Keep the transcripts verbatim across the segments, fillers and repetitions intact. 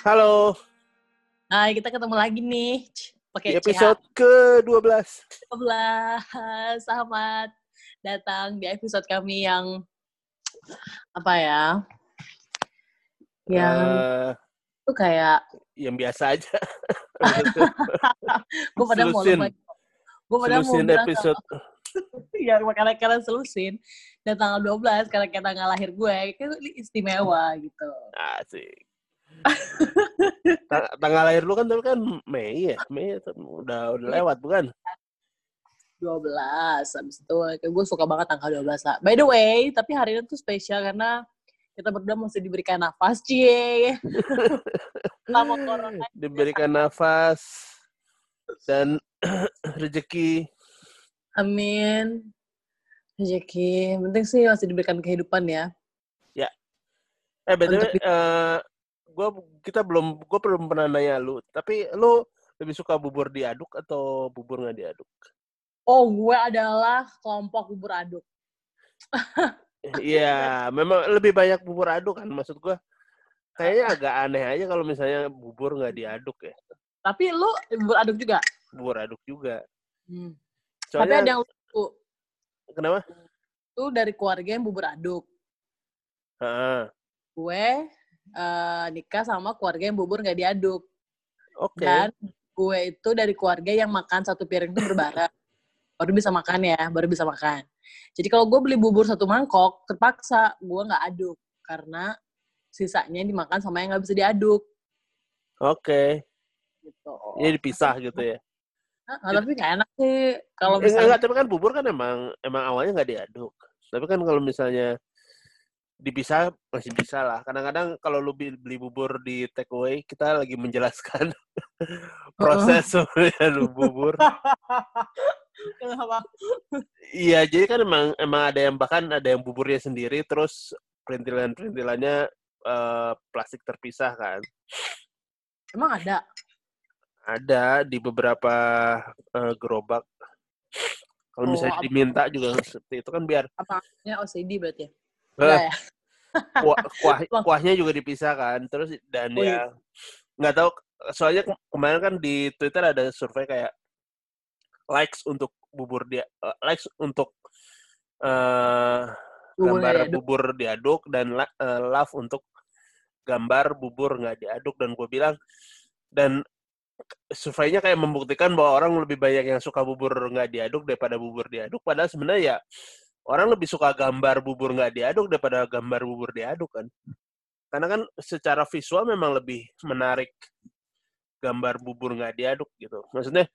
Halo. Nah, kita ketemu lagi nih. Di Pakai episode ke dua belas. dua belas. Selamat datang di episode kami yang apa ya? Yang Uh, itu kayak yang biasa aja. gue pada mau Selusin. lebay. Gue pada mau Selusin bilang episode. ya makanya kalian selusin. Dan tanggal dua belas karena kita nggak lahir gue, itu istimewa gitu. Asik. Tang- tanggal lahir lu kan tapi kan Mei ya. Mei udah udah lewat bukan? dua belas. Habis itu gue suka banget tanggal dua belas. By the way, tapi hari ini tuh spesial karena kita berdua mesti diberikan nafas, cie. Sama corona. Diberikan nafas dan rezeki. Amin. Rezeki. Penting sih masih diberikan kehidupan ya. Ya. Eh, by the way, Untuk... uh, gua, kita belum, gue belum pernah nanya lu. Tapi lu lebih suka bubur diaduk atau bubur nggak diaduk? Oh, gue adalah kelompok bubur aduk. Iya, memang lebih banyak bubur aduk kan. Maksud gue, kayaknya agak aneh aja kalau misalnya bubur nggak diaduk ya. Tapi lu bubur aduk juga? Bubur aduk juga. Hmm. Soalnya, tapi ada yang lucu. Kenapa? Lu dari keluarga yang bubur aduk. Ha. Gue uh, nikah sama keluarga yang bubur nggak diaduk. Oke. Okay. Dan gue itu dari keluarga yang makan satu piring itu berbareng. Baru bisa makan ya, baru bisa makan. Jadi kalau gue beli bubur satu mangkok, terpaksa gue nggak aduk. Karena sisanya dimakan sama yang nggak bisa diaduk. Oke. Okay. Gitu. Jadi dipisah gitu ya? Nah, tapi nggak enak sih. Kalau misalnya... Enggak, tapi kan bubur kan emang, emang awalnya nggak diaduk. Tapi kan kalau misalnya dipisah, masih bisa lah. Kadang-kadang kalau lu beli bubur di take away, kita lagi menjelaskan proses sebenarnya lu bubur. Kenapa? Iya, jadi kan emang emang ada yang bahkan ada yang buburnya sendiri, terus perintilan-perintilannya uh, plastik terpisah kan? Emang ada? Ada di beberapa uh, gerobak. Kalau misalnya oh, diminta juga seperti itu kan biar. Apanya O C D berarti? Enggak ya? Kuah, kuah, kuahnya juga dipisah kan, terus dan oh, ya nggak tahu. Soalnya kemarin kan di Twitter ada survei kayak likes untuk bubur dia, uh, likes untuk uh, gambar diaduk. Bubur diaduk dan uh, love untuk gambar bubur nggak diaduk. Dan gue bilang, dan surveinya kayak membuktikan bahwa orang lebih banyak yang suka bubur nggak diaduk daripada bubur diaduk. Padahal sebenarnya ya orang lebih suka gambar bubur nggak diaduk daripada gambar bubur diaduk kan. Karena kan secara visual memang lebih menarik gambar bubur nggak diaduk gitu. Maksudnya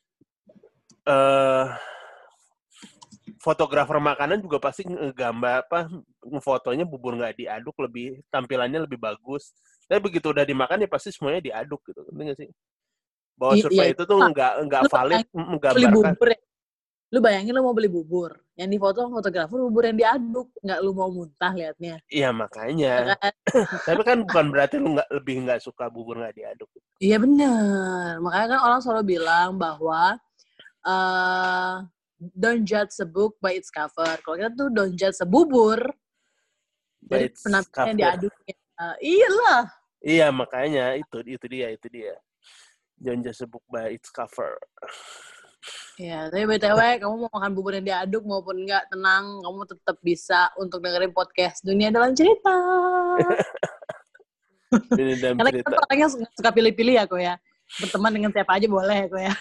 uh, fotografer makanan juga pasti ngegambar apa ngefotonya bubur nggak diaduk lebih tampilannya lebih bagus. Tapi begitu udah dimakan ya pasti semuanya diaduk gitu. Ngerti nggak sih? Bahwa survei I, iya, itu tuh nggak nggak valid menggambarkan. Bubur, ya? Lu bayangin lu mau beli bubur, yang difoto fotografer bubur yang diaduk, nggak lu mau muntah liatnya. Iya makanya. Tapi kan bukan berarti lu nggak lebih nggak suka bubur nggak diaduk. Iya benar. Makanya kan orang selalu bilang bahwa uh, don't judge a book by its cover. Kalau kita tuh don't judge a bubur dari penampilan diaduknya. Uh, iyalah. Iya makanya itu itu dia itu dia. Don't judge a book by its cover. Ya, tapi B T W kamu mau makan bubur yang diaduk maupun enggak, tenang, kamu tetap bisa untuk dengerin podcast Dunia Dalam Cerita. Dunia Dalam Karena Cerita. kita orangnya suka pilih-pilih ya, kok ya. Berteman dengan siapa aja boleh, kok ya.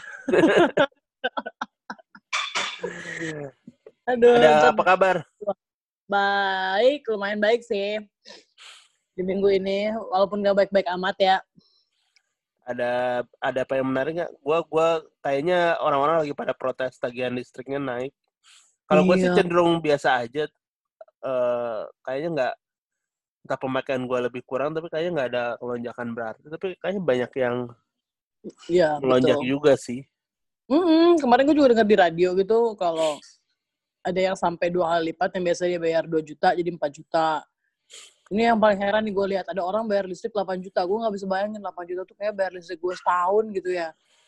Aduh. Ada apa kabar? Baik, lumayan baik sih. Di minggu ini, walaupun gak baik-baik amat ya. Ada ada apa yang menarik nggak? Gua gua kayaknya orang-orang lagi pada protes tagihan listriknya naik. Kalau iya. Gue sih cenderung biasa aja. Uh, kayaknya nggak, entah pemakaian gue lebih kurang, tapi kayaknya nggak ada lonjakan berarti. Tapi kayaknya banyak yang ya, melonjak betul. juga sih. Mm-mm, kemarin gue juga dengar di radio gitu kalau ada yang sampai dua kali lipat, yang biasanya dia bayar dua juta jadi empat juta. Ini yang paling heran nih gue lihat, ada orang bayar listrik delapan juta. Gue gak bisa bayangin delapan juta tuh kayak bayar listrik gue setahun gitu ya.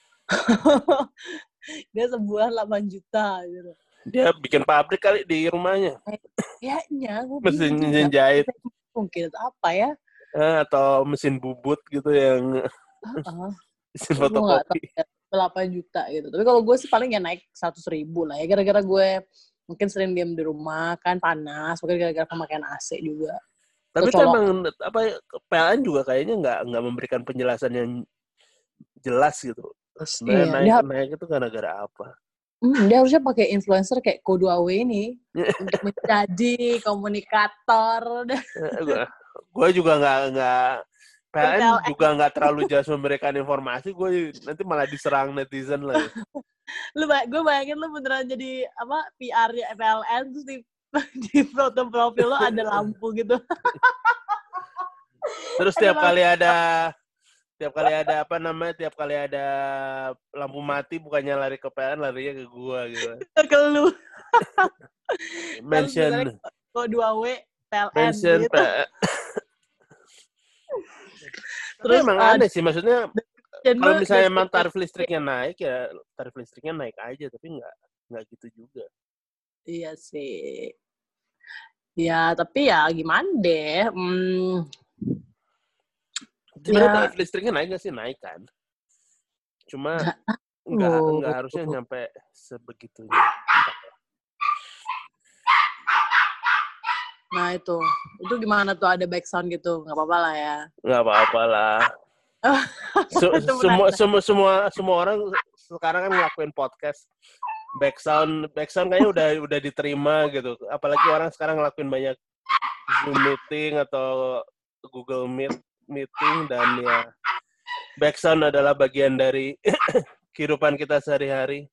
Dia sebulan delapan juta gitu. Dia bikin pabrik kali di rumahnya. Kayaknya gue mesin jahit. Mungkin apa ya. Eh, atau mesin bubut gitu yang Uh-uh. mesin Gue nggak tahu fotokopi. ya, delapan juta gitu. Tapi kalau gue sih paling ya naik seratus ribu lah ya. Gara-gara gue mungkin sering diam di rumah kan panas. Mungkin gara-gara pemakaian A C juga. Tapi itu Kecolok. emang apa P L N juga kayaknya nggak nggak memberikan penjelasan yang jelas gitu. Sebenarnya Iya, naik dia, naik itu gara-gara apa? hmm, dia harusnya pakai influencer kayak Ko dua W ini untuk menjadi komunikator. Gue juga nggak nggak P L N P L N. juga nggak terlalu jelas memberikan informasi. Gue nanti malah diserang netizen lah. Lu gue bayangin lu beneran jadi apa P R-nya P L N terus di di foto profil lo ada lampu gitu. Terus tiap kali ada tiap kali ada apa namanya tiap kali ada lampu mati bukannya lari ke P L N larinya ke gua gitu. Ke lu. Mention Ko dua W P L N mention gitu. Terus emang uh, aneh sih maksudnya kalau misalnya emang tarif listrik. listriknya naik ya tarif listriknya naik aja tapi nggak nggak gitu juga. Iya sih. Ya tapi ya gimana deh. Hmm, Sebenarnya ya. tarif listriknya naik nggak sih? Naik kan. Cuma nggak oh. nggak harusnya nyampe sebegitunya. Nah itu, itu gimana tuh ada background gitu? Nggak apa-apa lah ya. Nggak apa-apa lah. semua semua semua semua orang sekarang kan ngelakuin podcast. Backsound backsound kayaknya udah udah diterima gitu. Apalagi orang sekarang ngelakuin banyak Zoom meeting atau Google Meet meeting dan ya backsound adalah bagian dari kehidupan kita sehari-hari.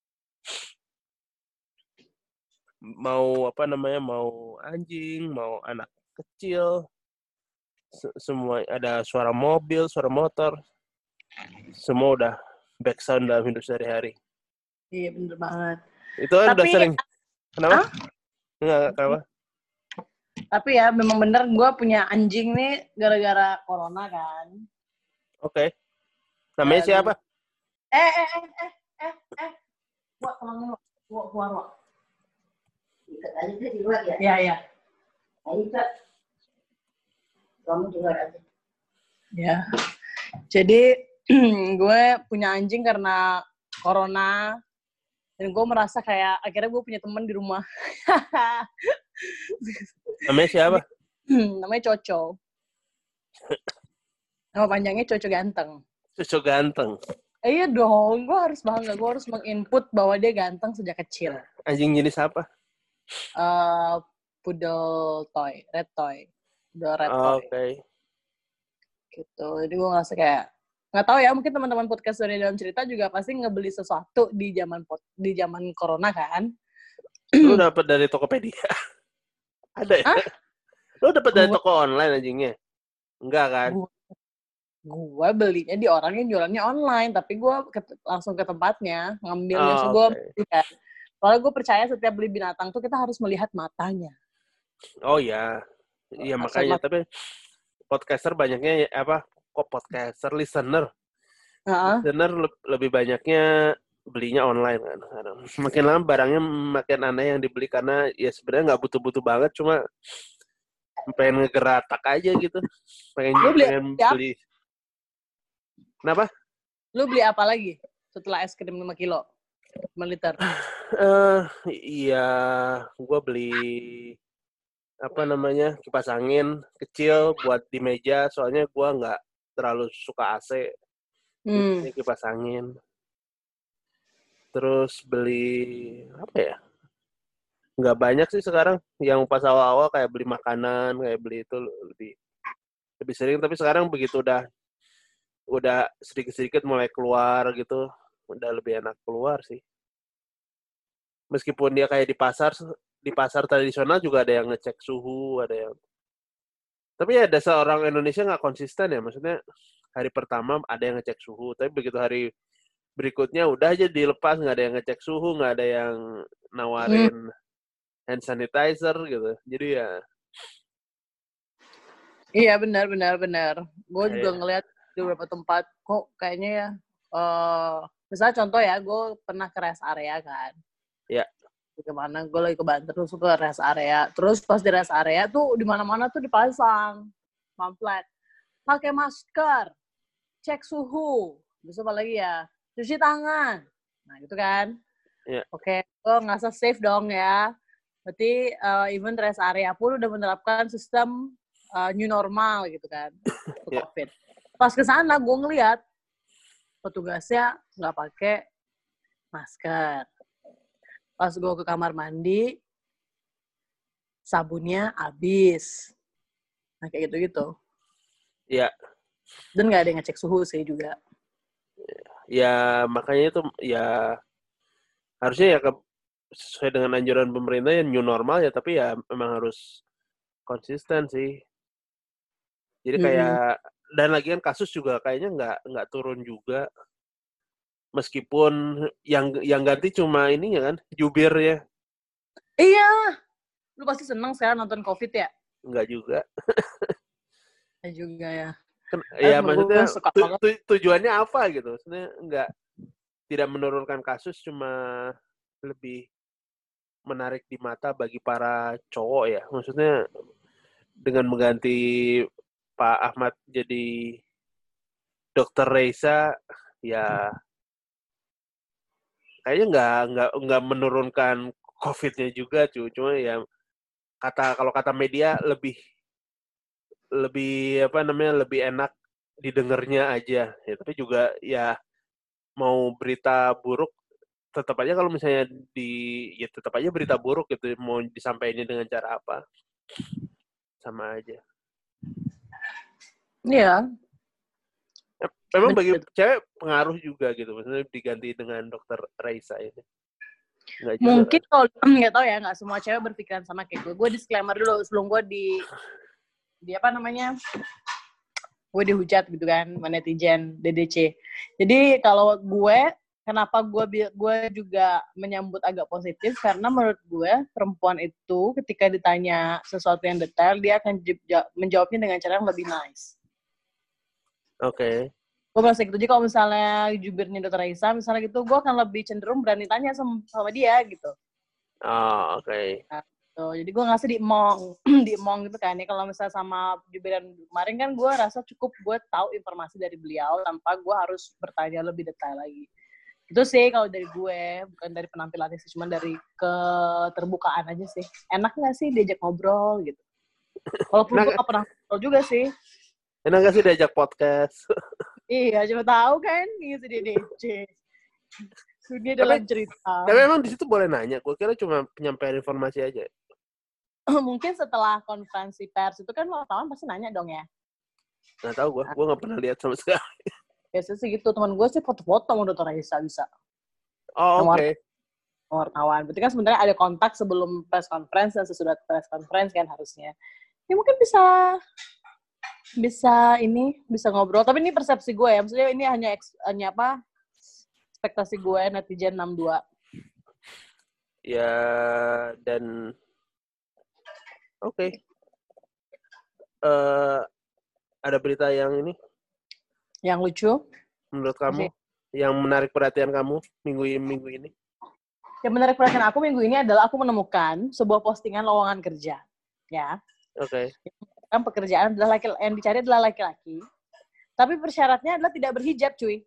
Mau apa namanya, mau anjing, mau anak kecil, semua ada suara mobil, suara motor, semua udah backsound dalam hidup sehari-hari. Iya bener banget. Itu kan udah sering. Kenapa? Huh? Enggak, kenapa? Tapi ya memang bener gue punya anjing nih gara-gara corona kan. Oke. Okay. Namanya Dan... siapa? Eh eh eh eh eh eh. Wah, tolongin lo. Wah, keluar lo. Ikat aja di luar ya? Iya, iya. Ayo, Kak. Kamu di luar aja. Ya. Jadi gue punya anjing karena corona. Dan gue merasa kayak akhirnya gue punya teman di rumah. Namanya siapa? Namanya Coco. Nama panjangnya Coco Ganteng. Coco Ganteng? Eh, iya dong, gue harus bangga. Gue harus menginput bahwa dia ganteng sejak kecil. Anjing jenis apa? Uh, poodle toy, red toy. Poodle red toy. Oke. Okay. Gitu, jadi gue ngerasa kayak nggak tahu ya, mungkin teman-teman podcast dari dalam cerita juga pasti ngebeli sesuatu di zaman di zaman corona kan. Lu dapat dari Tokopedia? Ada ya? Hah? Lu dapat dari toko online anjingnya? Enggak kan? Gua, gue belinya di orang yang jualannya online, tapi gue ke, langsung ke tempatnya ngambilnya. Oh, so gue okay. kan. Soalnya gue percaya setiap beli binatang tuh kita harus melihat matanya. Oh ya, iya makanya. Mat- tapi podcaster banyaknya apa? Kok podcaster listener? Uh-huh. Listener le- lebih banyaknya belinya online kan. Makin lama barangnya makin aneh yang dibeli karena ya sebenarnya nggak butuh-butuh banget, cuma pengen ngegeratak aja gitu. Pengen lu beli, pengen siap? beli. Kenapa? Lu beli apa lagi setelah es krim lima kilo? lima liter? Uh, iya, gue beli apa namanya kipas angin kecil buat di meja. Soalnya gue nggak terlalu suka A C. Hmm. Ini kipas angin. Terus beli apa ya? Nggak banyak sih sekarang. Yang pas awal-awal kayak beli makanan, kayak beli itu lebih lebih sering. Tapi sekarang begitu udah udah sedikit-sedikit mulai keluar gitu, udah lebih enak keluar sih. Meskipun dia kayak di pasar, di pasar tradisional juga ada yang ngecek suhu, ada yang. Tapi ya dasar orang Indonesia nggak konsisten ya, maksudnya hari pertama ada yang ngecek suhu, tapi begitu hari berikutnya udah aja dilepas, nggak ada yang ngecek suhu, nggak ada yang nawarin hmm. hand sanitizer gitu. Jadi ya. Iya benar benar benar. Gue juga ngeliat di beberapa tempat kok kayaknya ya. Uh, misalnya contoh ya, gue pernah ke rest area kan. Iya. Kemana? Gue lagi ke Banten terus ke rest area. Terus pas di rest area tuh di mana-mana tuh dipasang pamflet. Pakai masker, cek suhu, terus apa lagi ya? Cuci tangan. Nah, gitu kan. Yeah. Oke, gue ngerasa safe dong ya. Berarti uh, even rest area pun udah menerapkan sistem uh, new normal gitu kan. Untuk Yeah. COVID. Pas ke sana gue ngeliat petugasnya nggak pakai masker. Pas gue ke kamar mandi, sabunnya habis. Nah, kayak gitu-gitu. Iya. Yeah. Dan nggak ada yang ngecek suhu sih juga. Ya, makanya itu ya harusnya ya ke, sesuai dengan anjuran pemerintah ya new normal ya, tapi ya memang harus konsisten sih. Jadi kayak mm-hmm. dan lagi kan kasus juga kayaknya nggak nggak turun juga. Meskipun yang yang ganti cuma ininya kan, jubir ya. Iya. Lu pasti seneng sekarang nonton COVID ya? Enggak juga. Enggak juga ya. Kan, ya maksudnya tu, tu, tujuannya apa gitu? Maksudnya enggak tidak menurunkan kasus, cuma lebih menarik di mata bagi para cowok ya. Maksudnya dengan mengganti Pak Ahmad jadi Dokter Reza ya kayaknya nggak nggak nggak menurunkan COVID-nya juga, cuy. Cuma ya kata kalau kata media lebih lebih apa namanya lebih enak didengarnya aja. Ya, tapi juga ya mau berita buruk tetap aja kalau misalnya di ya tetap aja berita buruk gitu, mau disampaikannya dengan cara apa sama aja. Iya. Memang bagi cewek pengaruh juga gitu, maksudnya diganti dengan Dokter Raisa ini. Mungkin kalau nggak tahu ya, nggak semua cewek berpikiran sama kayak gue. Gue disclaimer dulu sebelum gue di di apa namanya, gue dihujat gitu kan, netizen D D C. Jadi kalau gue, kenapa gue gue juga menyambut agak positif karena menurut gue perempuan itu ketika ditanya sesuatu yang detail dia akan menjawabnya dengan cara yang lebih nice. Oke. Okay. Gue merasa gitu. Jadi kalau misalnya jubirnya Dokter Raisa, misalnya gitu, gue akan lebih cenderung berani tanya sama, sama dia gitu. Oh, oke. Okay. Nah, so, jadi gue ngasih diemong, diemong gitu kan. Ini kalau misalnya sama jubiran kemarin kan gue rasa cukup gue tahu informasi dari beliau tanpa gue harus bertanya lebih detail lagi. Itu sih kalau dari gue, bukan dari penampilannya sih, cuma dari keterbukaan aja sih. Enak nggak sih diajak ngobrol gitu. Walaupun gue nggak pernah ngobrol juga sih. Enak nggak sih diajak podcast? Iya, cuma tahu kan, gitu di D C. Dunia dalam cerita. Tapi emang di situ boleh nanya. Gue kira cuma penyampaian informasi aja. Mungkin setelah konferensi pers itu kan wartawan pasti nanya dong ya. Nggak tahu gue, gue nggak pernah lihat sama sekali. Biasanya sih gitu, teman gue sih foto-foto sama Dokter Raisa bisa. Oh, oke. Okay. Wartawan. Berarti kan sebenarnya ada kontak sebelum press conference dan sesudah press conference kan harusnya. Ya mungkin bisa bisa ini bisa ngobrol, tapi ini persepsi gue ya, maksudnya ini hanya eks, hanya apa ekspektasi gue netizen enam dua ya. Dan oke okay. uh, ada berita yang ini yang lucu menurut kamu Masih? Yang menarik perhatian kamu minggu ini minggu ini yang menarik perhatian aku minggu ini adalah aku menemukan sebuah postingan lowongan kerja ya. Oke. Okay. Kan pekerjaan adalah laki, yang dicari adalah laki-laki, tapi persyaratnya adalah tidak berhijab, cuy.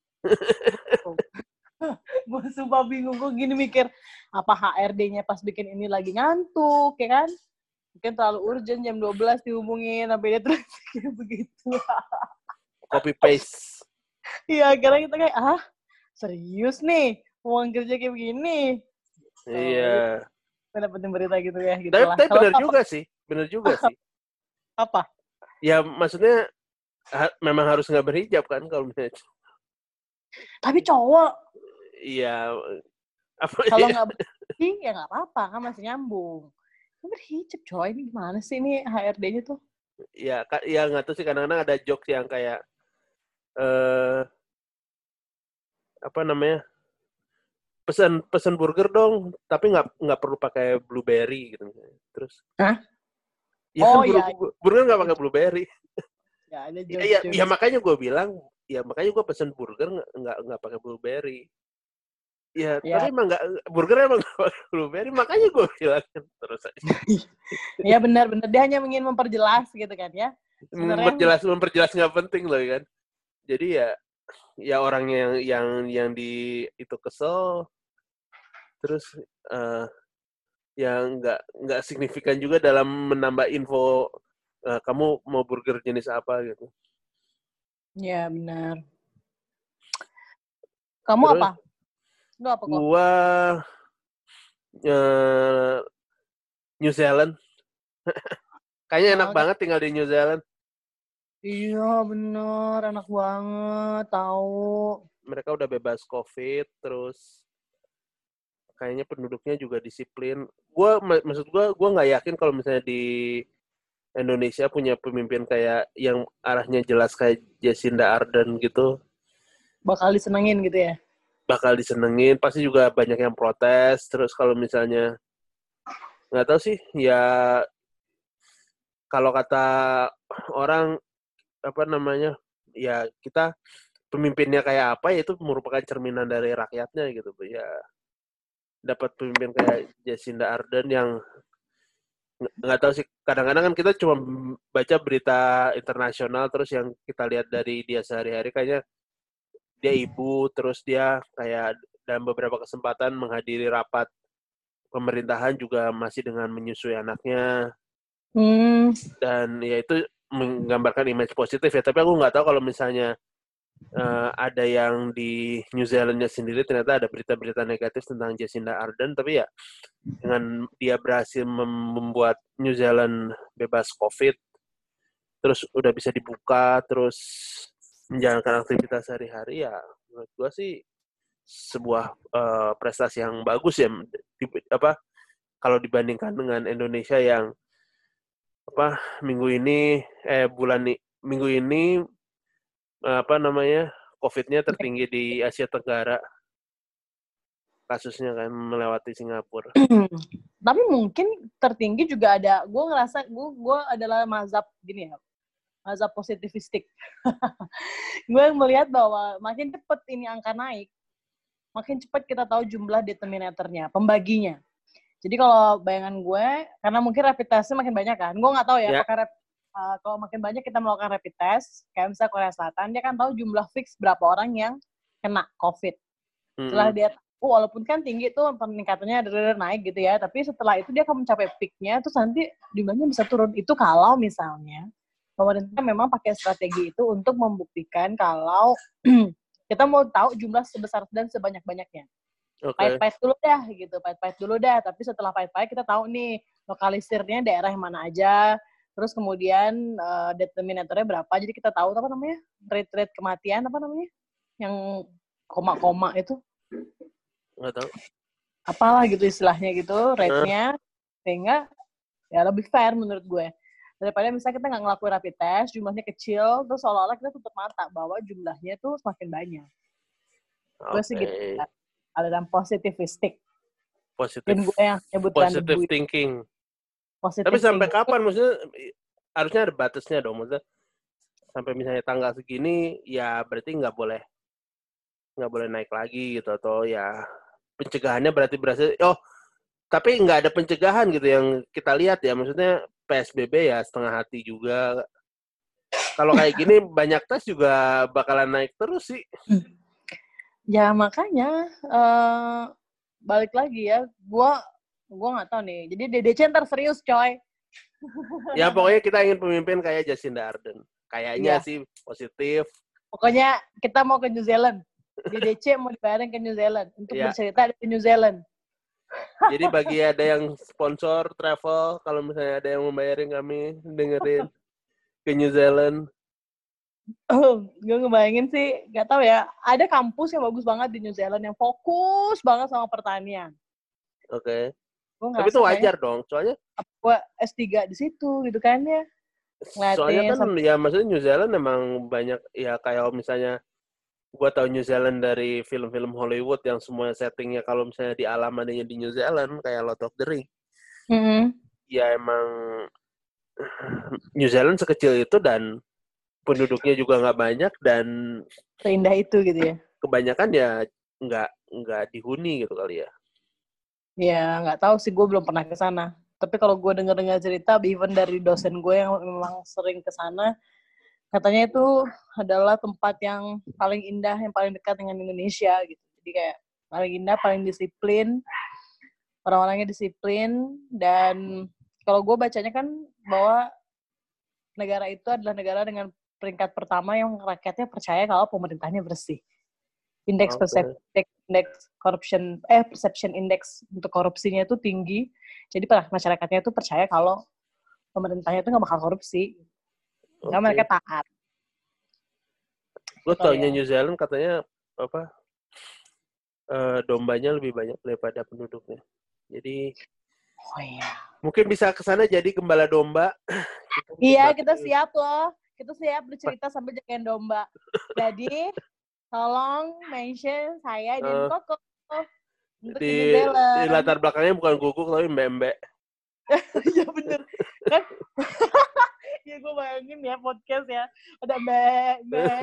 Gue sumpah bingung, gue gini mikir, apa H R D-nya pas bikin ini lagi ngantuk, ya kan? Mungkin terlalu urgent, jam dua belas dihubungin, sampai dia terus kayak begitu. Copy paste. Iya, karena kita kayak, ah, serius nih, uang kerja kayak begini. Iya. So, dapetin berita gitu ya. Gitu tapi lah. tapi benar juga sih, benar juga sih. Apa? Ya maksudnya ha, memang harus nggak berhijab kan kalau misalnya. Tapi cowok. Iya. Kalau nggak berhijab ya nggak apa-apa kan masih nyambung. Berhijab coy, ini gimana sih ini H R D-nya tuh? Ya, ya nggak tahu sih, kadang-kadang ada jokes yang kayak eh apa namanya? Pesan pesan burger dong, tapi nggak nggak perlu pakai blueberry gitu. Terus? Hah? Ya oh kan, iya. Burger nggak pakai blueberry. Ya, ada ya, ya, ya makanya gue bilang, ya makanya gue pesen burger nggak nggak pakai blueberry. Ya, ya, tapi emang nggak burger emang nggak pakai blueberry, makanya gue bilang terus aja. Iya benar-benar dia hanya ingin memperjelas gitu kan ya. memperjelas memperjelas nggak penting loh kan. Jadi ya ya orang yang yang yang di itu kesel, terus uh, yang nggak nggak signifikan juga dalam menambah info uh, kamu mau burger jenis apa gitu. Ya benar. Kamu Terus, apa? Lu apa kok? Gua uh, New Zealand. Kayaknya enak oh, banget tinggal di New Zealand. Iya bener, enak banget, tahu. Mereka udah bebas COVID, terus kayaknya penduduknya juga disiplin. Gua maksud gua, gua nggak yakin kalau misalnya di Indonesia punya pemimpin kayak yang arahnya jelas kayak Jacinda Ardern gitu. Bakal disenengin gitu ya? Bakal disenengin, pasti juga banyak yang protes. Terus kalau misalnya nggak tahu sih, ya kalau kata orang apa namanya, ya kita pemimpinnya kayak apa ya itu merupakan cerminan dari rakyatnya gitu, ya. Dapat pemimpin kayak Jacinda Ardern yang nggak tahu sih, kadang-kadang kan kita cuma baca berita internasional terus yang kita lihat dari dia sehari-hari kayaknya dia ibu, terus dia kayak dalam beberapa kesempatan menghadiri rapat pemerintahan juga masih dengan menyusui anaknya. Hmm. Dan ya itu menggambarkan image positif ya, tapi aku nggak tahu kalau misalnya uh, ada yang di New Zealand-nya sendiri ternyata ada berita-berita negatif tentang Jacinda Ardern, tapi ya dengan dia berhasil membuat New Zealand bebas COVID, terus udah bisa dibuka, terus menjalankan aktivitas sehari-hari, ya menurut gue sih sebuah uh, prestasi yang bagus ya, di, apa kalau dibandingkan dengan Indonesia yang apa minggu ini eh bulan nih minggu ini apa namanya COVID-nya tertinggi di Asia Tenggara, kasusnya kan melewati Singapura. Tapi mungkin tertinggi juga ada, gue ngerasa gue gue adalah mazhab gini ya, mazhab positivistik. Gue melihat bahwa makin cepat ini angka naik, makin cepat kita tahu jumlah determinatornya, pembaginya. Jadi kalau bayangan gue, karena mungkin rapid testnya makin banyak kan, gue nggak tahu ya, yeah. apakah uh, kalau makin banyak kita melakukan rapid test, kayak misalnya Korea Selatan, dia kan tahu jumlah fix berapa orang yang kena COVID. Mm-hmm. Setelah dia tahu, walaupun kan tinggi tuh peningkatannya naik gitu ya, tapi setelah itu dia akan mencapai peak-nya, terus nanti jumlahnya bisa turun. Itu kalau misalnya pemerintah memang pakai strategi itu untuk membuktikan kalau kita mau tahu jumlah sebesar dan sebanyak-banyaknya. Okay. Pahit-pahit dulu dah gitu, pahit-pahit dulu dah. Tapi setelah pahit-pahit kita tahu nih lokalisirnya daerah yang mana aja. Terus kemudian uh, determinatornya berapa. Jadi kita tahu apa namanya rate-rate kematian apa namanya yang koma-koma itu. Nggak tahu. Apalah gitu istilahnya gitu rate-nya. Sehingga ya lebih fair menurut gue. Daripada misalnya kita nggak ngelakuin rapid test, jumlahnya kecil, terus seolah-olah kita tutup mata bahwa jumlahnya tuh semakin banyak. Okay. Gue sih gitu. Ada dalam positivistik. Positif. Dan gue yang nyebutkan positive thinking. Positive Tapi sampai thinking. kapan maksudnya harusnya ada batasnya dong, maksudnya sampai misalnya tanggal segini ya berarti nggak boleh nggak boleh naik lagi gitu, atau ya pencegahannya berarti berhasil. Oh, tapi nggak ada pencegahan gitu yang kita lihat ya, maksudnya P S B B ya setengah hati juga. Kalau kayak gini banyak tes juga bakalan naik terus sih. Ya makanya uh, balik lagi ya, gua gua nggak tahu nih. Jadi D D C ntar serius coy. Ya pokoknya kita ingin pemimpin kayak Jacinda Ardern. Kayaknya ya. Sih positif. Pokoknya kita mau ke New Zealand. D D C mau dibayarin ke New Zealand untuk ya. Bercerita di New Zealand. Jadi bagi ada yang sponsor travel, kalau misalnya ada yang membayarin kami dengerin ke New Zealand. Oh, gue ngebayangin sih, gak tahu ya, ada kampus yang bagus banget di New Zealand yang fokus banget sama pertanian. Oke. Okay. Tapi itu wajar dong, soalnya gue S tiga di situ gitu kan ya. Ngeliatin soalnya kan sama... ya maksudnya New Zealand memang banyak ya, kayak misalnya gue tahu New Zealand dari film-film Hollywood yang semua settingnya kalau misalnya di alam adanya di New Zealand kayak Lord of the Rings. Mm-hmm. Ya emang New Zealand sekecil itu dan penduduknya juga nggak banyak dan seindah itu gitu ya. Kebanyakan ya nggak nggak dihuni gitu kali ya. Ya nggak tahu sih, gue belum pernah ke sana. Tapi kalau gue dengar-dengar cerita, even dari dosen gue yang memang sering ke sana, katanya itu adalah tempat yang paling indah, yang paling dekat dengan Indonesia gitu. Jadi kayak paling indah, paling disiplin, orang-orangnya disiplin, dan kalau gue bacanya kan bahwa negara itu adalah negara dengan peringkat pertama yang rakyatnya percaya kalau pemerintahnya bersih. Indeks Okay. persepsi, indeks corruption, eh perception index untuk korupsinya itu tinggi. Jadi masyarakatnya itu percaya kalau pemerintahnya itu nggak bakal korupsi. Nggak Okay. mereka taat. Gue Gitu taunya ya. New Zealand katanya apa uh, dombanya lebih banyak daripada penduduknya. Jadi Oh iya. mungkin bisa ke sana jadi gembala domba. Kita iya, kita siap loh. Kita siap bercerita sambil jagain domba. Jadi tolong mention saya dan uh, Koko untuk di, New Zealand. Di latar belakangnya bukan guguk tapi mbak-mbak. Iya bener kan? Ya gue bayangin ya podcast ya ada mbak-mbak.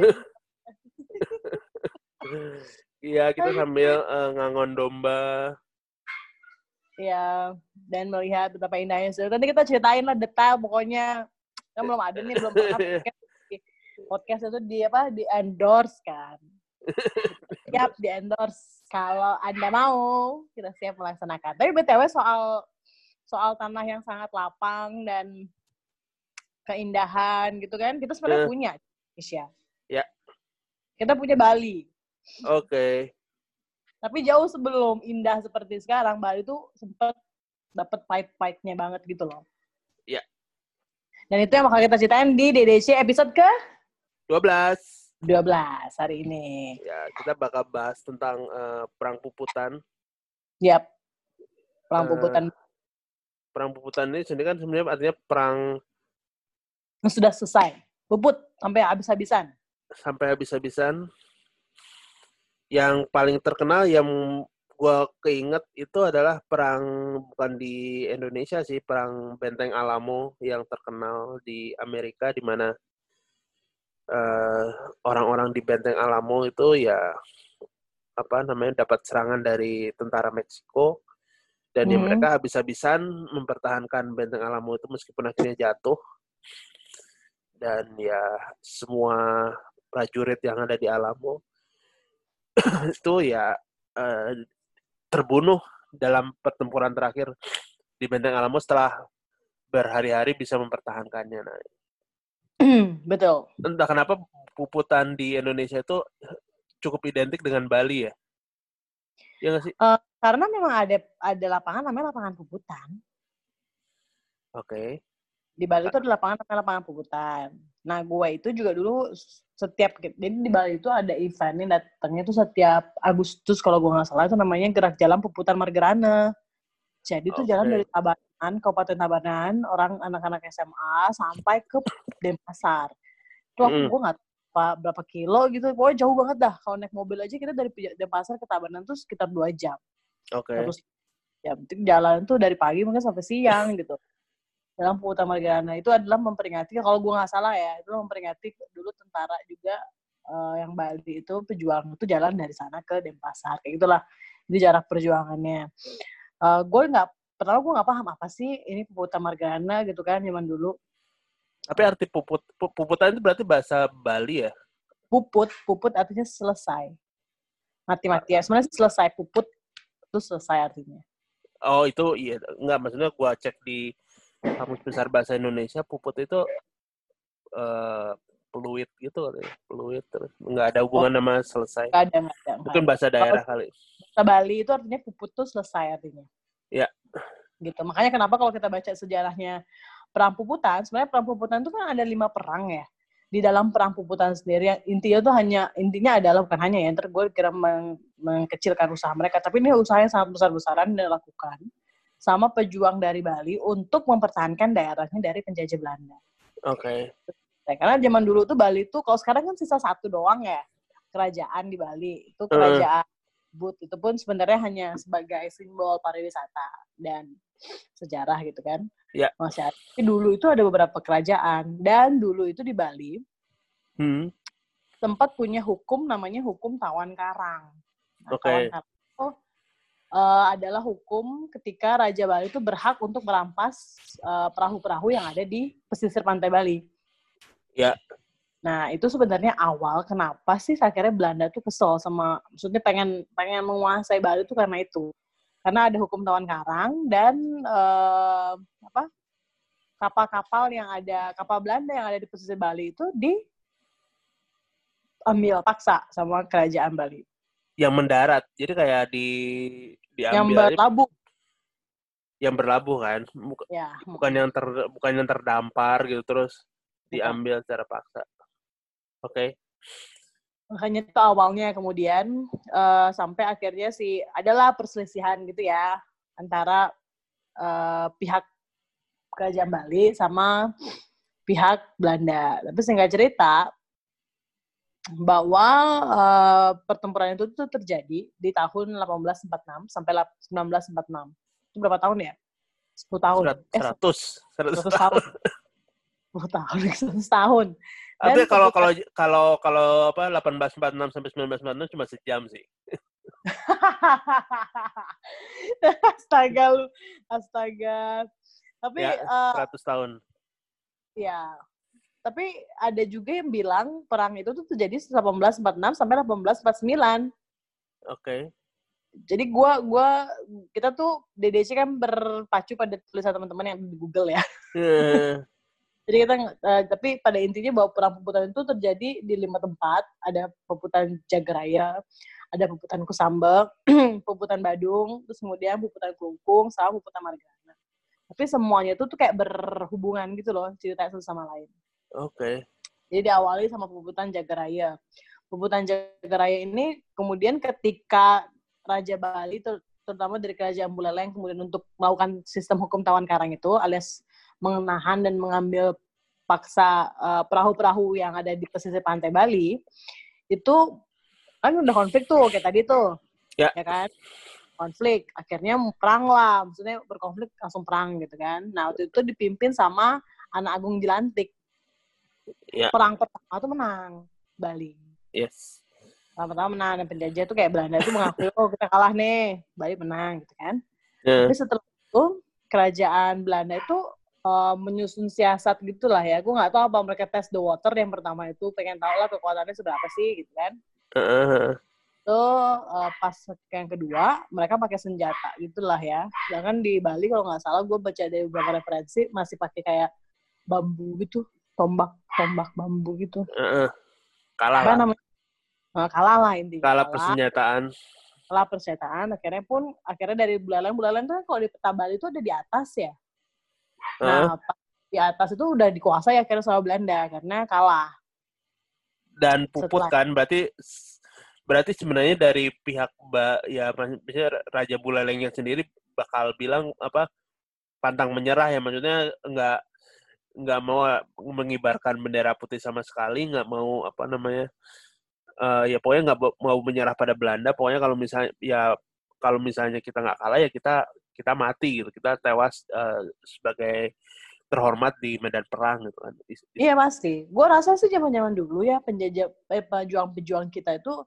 Iya kita sambil uh, ngangon domba. Ya dan melihat betapa indahnya. So, nanti kita ceritain lah detail pokoknya. Kan belum ada nih belum pernah podcast, podcast itu di apa di endorse kan. Siap di endorse kalau Anda mau kita siap melaksanakan. Tapi B T W soal soal tanah yang sangat lapang dan keindahan gitu kan kita sebenarnya uh, punya Indonesia. Ya. Kita punya Bali. Oke. Okay. Tapi jauh sebelum indah seperti sekarang Bali tuh sempat dapat pahit-pahitnya banget gitu loh. Ya. Dan itu yang bakal kita ceritain di D D C episode ke dua belas. dua belas hari ini. Ya, kita bakal bahas tentang uh, perang puputan. Yap. Perang uh, puputan. Perang puputan ini sendiri kan sebenarnya artinya perang yang sudah selesai. Puput sampai habis-habisan. Sampai habis-habisan. Yang paling terkenal yang gue keinget itu adalah perang bukan di Indonesia sih, perang Benteng Alamo yang terkenal di Amerika di mana uh, orang-orang di Benteng Alamo itu ya apa namanya dapat serangan dari tentara Meksiko dan hmm. ya mereka habis-habisan mempertahankan Benteng Alamo itu meskipun akhirnya jatuh dan ya semua prajurit yang ada di Alamo itu ya uh, terbunuh dalam pertempuran terakhir di Benteng Alamo setelah berhari-hari bisa mempertahankannya. Nah, betul. Entah kenapa puputan di Indonesia itu cukup identik dengan Bali ya. Iya nggak sih? Uh, karena memang ada ada lapangan namanya lapangan puputan. Oke. Okay. Di Bali itu ada lapangan namanya lapangan puputan. Nah, gue itu juga dulu setiap, jadi di Bali itu ada event ini datangnya itu setiap Agustus kalau gue nggak salah itu namanya Gerak Jalan Puputan Margerana. Jadi itu okay. jalan dari Tabanan, Kabupaten Tabanan, orang anak-anak S M A sampai ke Denpasar. Itu aku mm. gue nggak tahu berapa kilo gitu, pokoknya jauh banget dah. Kalau naik mobil aja kita dari Denpasar ke Tabanan tuh sekitar dua jam. Oke. Okay. Terus ya penting jalan tuh dari pagi mungkin sampai siang gitu. Dalam Puputan Margerana itu adalah memperingati, kalau gue nggak salah ya, itu memperingati dulu tentara juga uh, yang Bali itu pejuang itu jalan dari sana ke Denpasar, kayak gitulah. Itu jarak perjuangannya. Uh, gue nggak, pertama gue nggak paham apa sih ini Puputan Margerana gitu kan zaman dulu. Tapi arti puput, puputan itu berarti bahasa Bali ya? Puput, puput artinya selesai. Mati-mati ya, sebenarnya selesai, puput itu selesai artinya. Oh itu iya, nggak maksudnya gue cek di Kamus Besar Bahasa Indonesia, puput itu uh, peluit gitu katanya. Peluit terus nggak ada hubungan oh, sama selesai. Nggak ada, nggak ada. Mungkin bahasa daerah kali. Bahasa Bali itu artinya puput tuh selesai artinya. Ya. Gitu. Makanya kenapa kalau kita baca sejarahnya perang puputan, sebenarnya perang puputan itu kan ada lima perang ya. Di dalam perang puputan sendiri yang intinya tuh hanya intinya adalah bukan hanya ya, ntar gue kira meng, mengkecilkan usaha mereka, tapi ini usaha yang sangat besar-besaran dilakukan sama pejuang dari Bali untuk mempertahankan daerahnya dari penjajah Belanda. Oke. Okay. Karena zaman dulu tuh Bali tuh, kalau sekarang kan sisa satu doang ya, kerajaan di Bali. Itu kerajaan uh. Ubud. Itu pun sebenarnya hanya sebagai simbol pariwisata dan sejarah gitu kan. Ya. Masih ada. Tapi dulu itu ada beberapa kerajaan. Dan dulu itu di Bali, hmm. sempat punya hukum namanya hukum Tawan Karang. Nah, Oke. Okay. Tawan Karang itu uh, adalah hukum ketika Raja Bali itu berhak untuk merampas uh, perahu-perahu yang ada di pesisir pantai Bali. Ya. Nah, itu sebenarnya awal kenapa sih akhirnya Belanda tuh kesel sama, maksudnya pengen pengen menguasai Bali itu karena itu. Karena ada hukum tawan karang dan uh, apa kapal-kapal yang ada, kapal Belanda yang ada di pesisir Bali itu diambil paksa sama kerajaan Bali. Yang mendarat, jadi kayak di diambil. Yang berlabuh. Yang berlabuh kan, bukan, ya, bukan yang ter bukan yang terdampar gitu terus diambil secara paksa. Oke. Okay. Makanya itu awalnya, kemudian uh, sampai akhirnya sih adalah perselisihan gitu ya antara uh, pihak kerajaan Bali sama pihak Belanda. Tapi singkat cerita bahwa uh, pertempuran itu tuh terjadi di tahun delapan belas empat puluh enam sampai sembilan belas empat puluh enam. Itu berapa tahun ya? sepuluh tahun. seratus. Eh, seratus tahun. sepuluh tahun, seratus tahun. Dan tapi kalau kalau kalau kalau apa delapan belas empat puluh enam sampai sembilan belas empat puluh enam cuma sejam sih. Astaga lu, astaga. Tapi ya, seratus uh, tahun. Ya. Tapi ada juga yang bilang perang itu tuh terjadi delapan belas empat puluh enam sampai delapan belas empat puluh sembilan. Oke. Okay. Jadi gua gua kita tuh D D C kan berpacu pada tulisan teman-teman yang di Google ya. Yeah. Jadi kita, uh, tapi pada intinya bahwa perang Puputan itu terjadi di lima tempat. Ada Puputan Jagaraya, ada Puputan Kusambek, Puputan Badung, terus kemudian Puputan Kelungkung, sama Puputan Margana. Tapi semuanya itu tuh kayak berhubungan gitu loh, cerita satu sama lain. Oke. Okay. Jadi diawali sama Puputan Jagaraya. Puputan Jagaraya ini kemudian ketika Raja Bali, terutama dari Kerajaan Buleleng, kemudian untuk melakukan sistem hukum tawan karang itu, alias menahan dan mengambil paksa uh, perahu-perahu yang ada di pesisir pantai Bali, itu kan udah konflik tuh, kayak tadi tuh. Ya. Ya kan? Konflik. Akhirnya perang lah. Maksudnya berkonflik langsung perang gitu kan. Nah, waktu itu dipimpin sama Anak Agung Jelantik. Ya. Perang pertama tuh menang Bali. Yes. Perang pertama menang. Dan penjajah tuh kayak Belanda tuh mengakui, oh kita kalah nih. Bali menang gitu kan. Yeah. Tapi setelah itu, kerajaan Belanda itu Uh, menyusun siasat gitulah ya. Gue nggak tahu apa mereka test the water yang pertama itu, pengen tahu lah kekuatannya seberapa sih gitu kan. Uh-huh. Itu uh, pas yang kedua mereka pakai senjata gitulah ya. Sedangkan di Bali kalau nggak salah gue baca dari beberapa referensi masih pakai kayak bambu gitu, tombak tombak bambu gitu. Uh-uh. Kalah apa lah. Namanya? Nah, kalah lah intinya. Kalah persenjataan. Kalah persenjataan. Akhirnya pun akhirnya dari Buleleng, Buleleng kan kalau di peta Bali itu ada di atas ya. Nah, uh. di atas itu udah dikuasai akhirnya sama Belanda karena kalah. Dan Puput Setelah. kan berarti berarti sebenarnya dari pihak ya misalnya Raja Bulelengnya sendiri bakal bilang apa pantang menyerah ya, maksudnya nggak nggak mau mengibarkan bendera putih sama sekali, nggak mau apa namanya uh, ya pokoknya nggak mau menyerah pada Belanda. Pokoknya kalau misalnya ya kalau misalnya kita nggak kalah ya kita kita mati gitu, kita tewas uh, sebagai terhormat di medan perang gitu kan. Iya pasti. Gue rasa sih zaman-zaman dulu ya penjajah eh, pejuang-pejuang kita itu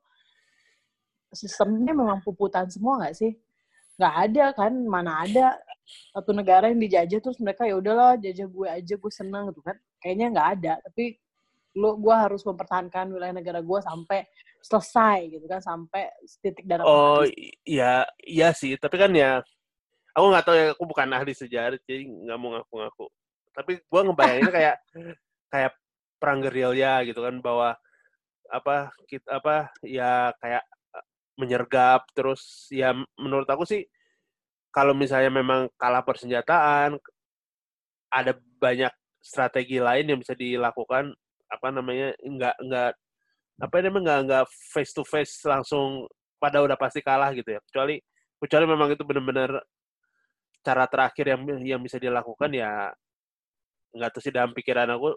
sistemnya memang puputan semua nggak sih? Nggak ada kan, mana ada satu negara yang dijajah terus mereka ya udahlah jajah gue aja, gue seneng gitu kan? Kayaknya nggak ada. Tapi lo gue harus mempertahankan wilayah negara gue sampai selesai gitu kan, sampai titik darah. Oh iya iya sih, tapi kan ya aku nggak tahu ya, aku bukan ahli sejarah jadi nggak mau ngaku-ngaku. Tapi gue ngebayanginnya kayak kayak perang gerilya gitu kan, bahwa apa kita apa ya kayak menyergap terus ya. Menurut aku sih kalau misalnya memang kalah persenjataan, ada banyak strategi lain yang bisa dilakukan, apa namanya nggak nggak apa namanya nggak nggak face to face langsung pada udah pasti kalah gitu ya, kecuali kecuali memang itu benar-benar cara terakhir yang yang bisa dilakukan. Ya nggak tahu sih, dalam pikiran aku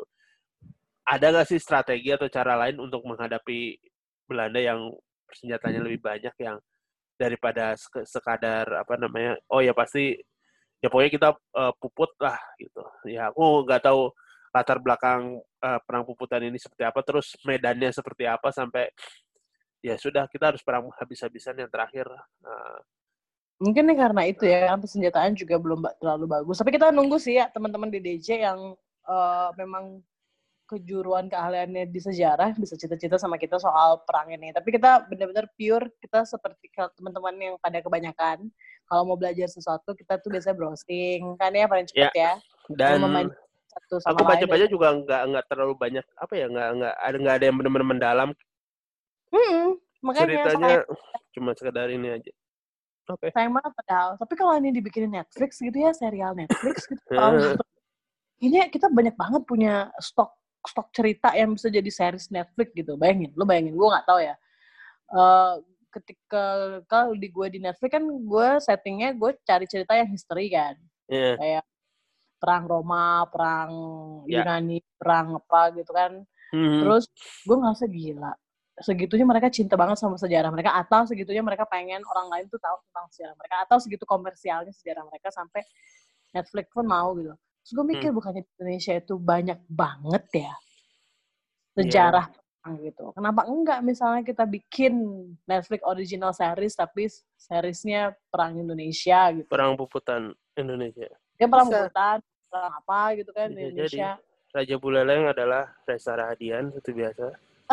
ada nggak sih strategi atau cara lain untuk menghadapi Belanda yang persenjatanya lebih banyak yang daripada sekadar apa namanya oh ya pasti ya pokoknya kita uh, puput lah gitu ya. Aku nggak tahu latar belakang uh, perang puputan ini seperti apa, terus medannya seperti apa sampai ya sudah kita harus perang habis-habisan yang terakhir. uh, Mungkin nih karena itu ya, kan persenjataan juga belum terlalu bagus. Tapi kita nunggu sih ya teman-teman di D J yang uh, memang kejuruan keahliannya di sejarah bisa cita-cita sama kita soal perang ini. Tapi kita benar-benar pure, kita seperti teman-teman yang pada kebanyakan kalau mau belajar sesuatu kita tuh biasanya browsing kan ya paling cepat ya. ya. Dan satu sama aku baca-baca lain, juga nggak nggak terlalu banyak apa ya nggak nggak ada nggak ada yang benar-benar mendalam. Hmm, makanya ceritanya sayang, cuma sekedar ini aja. Oke. Okay. Sayang banget padahal. Tapi kalau ini dibikinin Netflix gitu ya, serial Netflix gitu. kalau ini kita banyak banget punya stok stok cerita yang bisa jadi series Netflix gitu. Bayangin, lo bayangin, gue nggak tahu ya. Uh, ketika kalau di gue di Netflix kan gue settingnya gue cari cerita yang history kan, yeah. kayak perang Roma, perang yeah. Yunani, perang apa gitu kan. Mm-hmm. Terus gue ngerasa gila, segitunya mereka cinta banget sama sejarah mereka, atau segitunya mereka pengen orang lain tuh tahu tentang sejarah mereka, atau segitu komersialnya sejarah mereka sampai Netflix pun mau gitu. Terus gue mikir hmm. bukannya di Indonesia itu banyak banget ya sejarah yeah. gitu. Kenapa enggak misalnya kita bikin Netflix original series tapi seriesnya perang Indonesia gitu. Perang puputan Indonesia. Ya perang Bisa. puputan, perang apa gitu kan di Indonesia. Jadi Raja Buleleng adalah Reza Rahadian seperti biasa.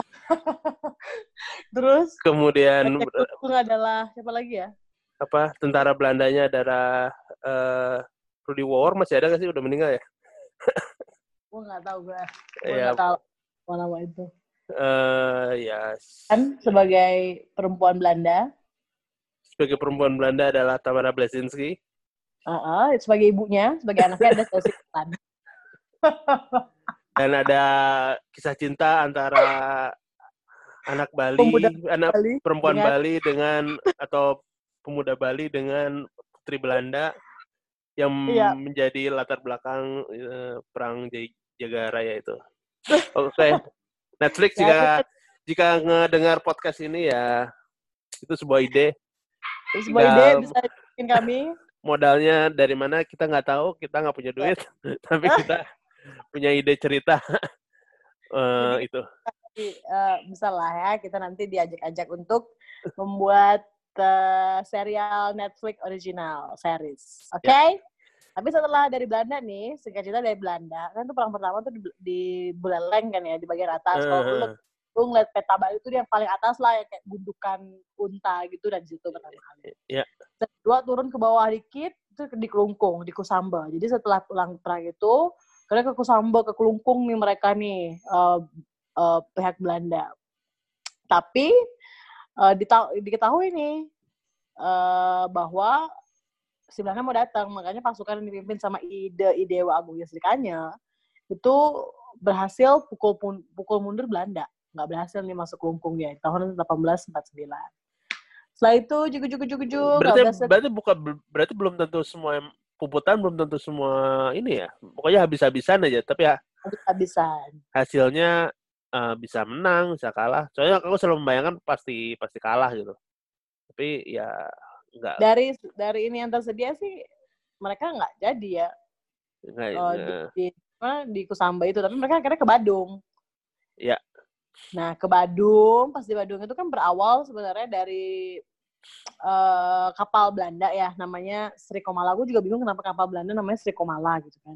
Terus kemudian Raja adalah siapa lagi ya? Apa tentara Belandanya adalah uh, Rudy War, masih ada nggak sih? Udah meninggal ya? Gue nggak tahu gue. Gue ya. nggak tahu apa nama itu. Uh, ya. Yes. Kan sebagai perempuan Belanda. Sebagai perempuan Belanda adalah Tamara Bleszinski. Uh-uh, sebagai ibunya, sebagai anaknya ada Chelsea Clinton. Dan ada kisah cinta antara anak Bali, pemuda anak Bali perempuan dengan... Bali dengan atau pemuda Bali dengan putri Belanda yang iya. menjadi latar belakang uh, perang Jaga Raya itu. Oke, okay. Netflix jika ya, jika ngedengar podcast ini ya itu sebuah ide. Sebuah ide bisa bikin kami. Modalnya dari mana kita nggak tahu, kita nggak punya duit, tapi kita punya ide cerita uh, Jadi, itu. Jadi, uh, bisa lah ya kita nanti diajak-ajak untuk membuat uh, serial Netflix original series, oke? Okay? Ya. Tapi setelah dari Belanda nih, singkat cerita dari Belanda, kan tuh perang pertama tuh di, di Buleleng kan ya, di bagian atas. Uh. Kalau lu, lu ngeliat peta Bali itu yang paling atas lah, yang kayak gundukan unta gitu, dan di situ pertama kali. Yeah. Kedua turun ke bawah dikit, itu di Kelungkung, di Kusamba. Jadi setelah pulang perang itu, karena ke Kusamba, ke Kelungkung nih mereka nih, uh, uh, pihak Belanda. Tapi, uh, dita- diketahui nih, uh, bahwa si Belanda mau datang, makanya pasukan yang dipimpin sama Ide Idewa Agung Yasrikanya itu berhasil pukul pukul mundur Belanda, nggak berhasil nih masuk Kelungkung ya tahun delapan belas empat puluh sembilan. Setelah itu jugu-jugu-jugu-jugu berarti berhasil... berarti bukan berarti belum tentu semua puputan, belum tentu semua ini ya, pokoknya habis-habisan aja, tapi ya habis-habisan hasilnya uh, bisa menang, bisa kalah. Soalnya aku selalu membayangkan pasti pasti kalah gitu, tapi ya enggak. Dari dari ini yang tersedia sih mereka nggak jadi ya. Enggak, uh, di, di, di Kusamba itu, tapi mereka akhirnya ke Badung. Ya. Nah ke Badung, pas di Badung itu kan berawal sebenarnya dari uh, kapal Belanda ya, namanya Sri Komala. Gue juga bingung kenapa kapal Belanda namanya Sri Komala gitu kan.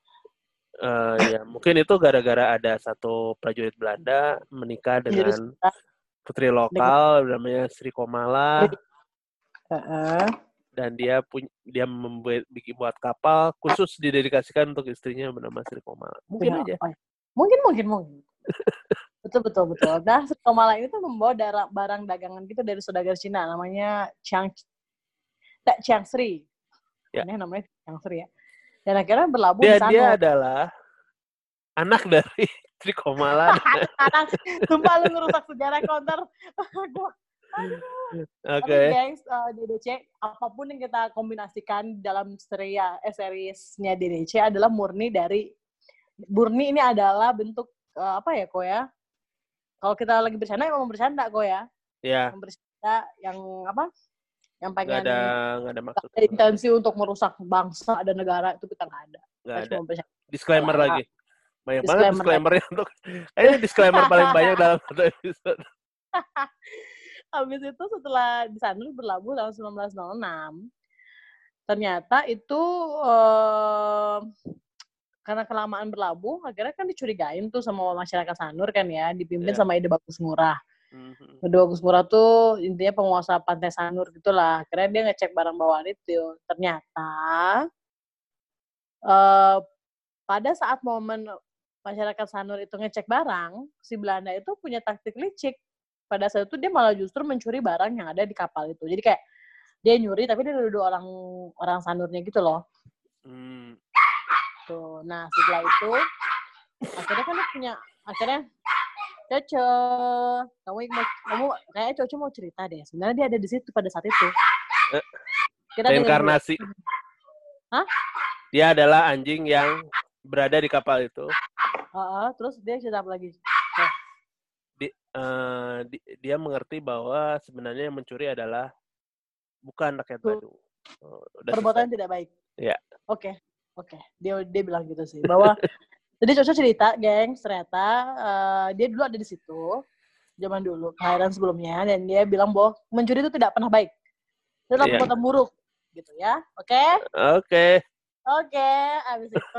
Uh, ya mungkin itu gara-gara ada satu prajurit Belanda menikah dengan putri lokal namanya Sri Komala. Uh-uh. Dan dia punya dia membuat bikin buat kapal khusus didedikasikan untuk istrinya bernama Sri Komala. Mungkin ya, aja. Mungkin mungkin mungkin. betul betul betul. Nah, Sri Komala ini tuh membawa darah, barang dagangan gitu dari saudagar Cina namanya Chiang tak Chiang Sri. Ya. Ini namanya Chiang Sri ya. Dan akhirnya berlabuh dia, di sana. Dia adalah anak dari Sri Komala. Anak, sumpah lu ngerusak sejarah counter. Gue Oke. Okay. Tapi gengs, uh, D D C apapun yang kita kombinasikan dalam seria, eh, seriesnya D D C adalah murni dari murni ini adalah bentuk uh, apa ya kok ya? Kalau kita lagi bercanda emang bercanda kok ya? Iya. Yeah. Bercanda yang apa? Yang pengen nggak ada nggak ada maksud. Ada intensi untuk merusak bangsa dan negara itu kita nggak ada. Nggak ada. Disclaimer Kalo lagi. Banyak disclaimer banget disclaimernya untuk. Kayaknya disclaimer paling banyak dalam satu episode. Habis itu setelah di Sanur berlabuh tahun sembilan belas nol enam, ternyata itu eh, karena kelamaan berlabuh, akhirnya kan dicurigain tuh sama masyarakat Sanur kan ya, dipimpin yeah. sama Ide Bagus Ngurah. Mm-hmm. Ide Bagus Ngurah tuh intinya penguasa pantai Sanur gitulah. Akhirnya dia ngecek barang bawaan itu. Ternyata uh, pada saat momen masyarakat Sanur itu ngecek barang, si Belanda itu punya taktik licik. Pada saat itu dia malah justru mencuri barang yang ada di kapal itu. Jadi kayak dia nyuri tapi dia duduk orang orang Sanurnya gitu loh. Mm. Tuh, nah setelah itu akhirnya kan dia punya akhirnya Coco, kamu kamu kayaknya Coco mau cerita deh. Sebenarnya dia ada di situ pada saat itu. Kita reinkarnasi. Hah? Dia adalah anjing yang berada di kapal itu. Uh, uh, terus dia cerita apa lagi? Oh. Di, uh, di, dia mengerti bahwa sebenarnya yang mencuri adalah bukan rakyat Badung. Oh, perbuatan tidak baik. Iya. Oke. Okay. Oke, okay. dia dia bilang gitu sih bahwa jadi Coco cerita, geng, ternyata uh, dia dulu ada di situ zaman dulu kelahiran sebelumnya dan dia bilang bahwa mencuri itu tidak pernah baik, itu adalah perbuatan yeah. buruk, gitu ya, oke? Okay? Oke. Okay. Oke, okay. Abis itu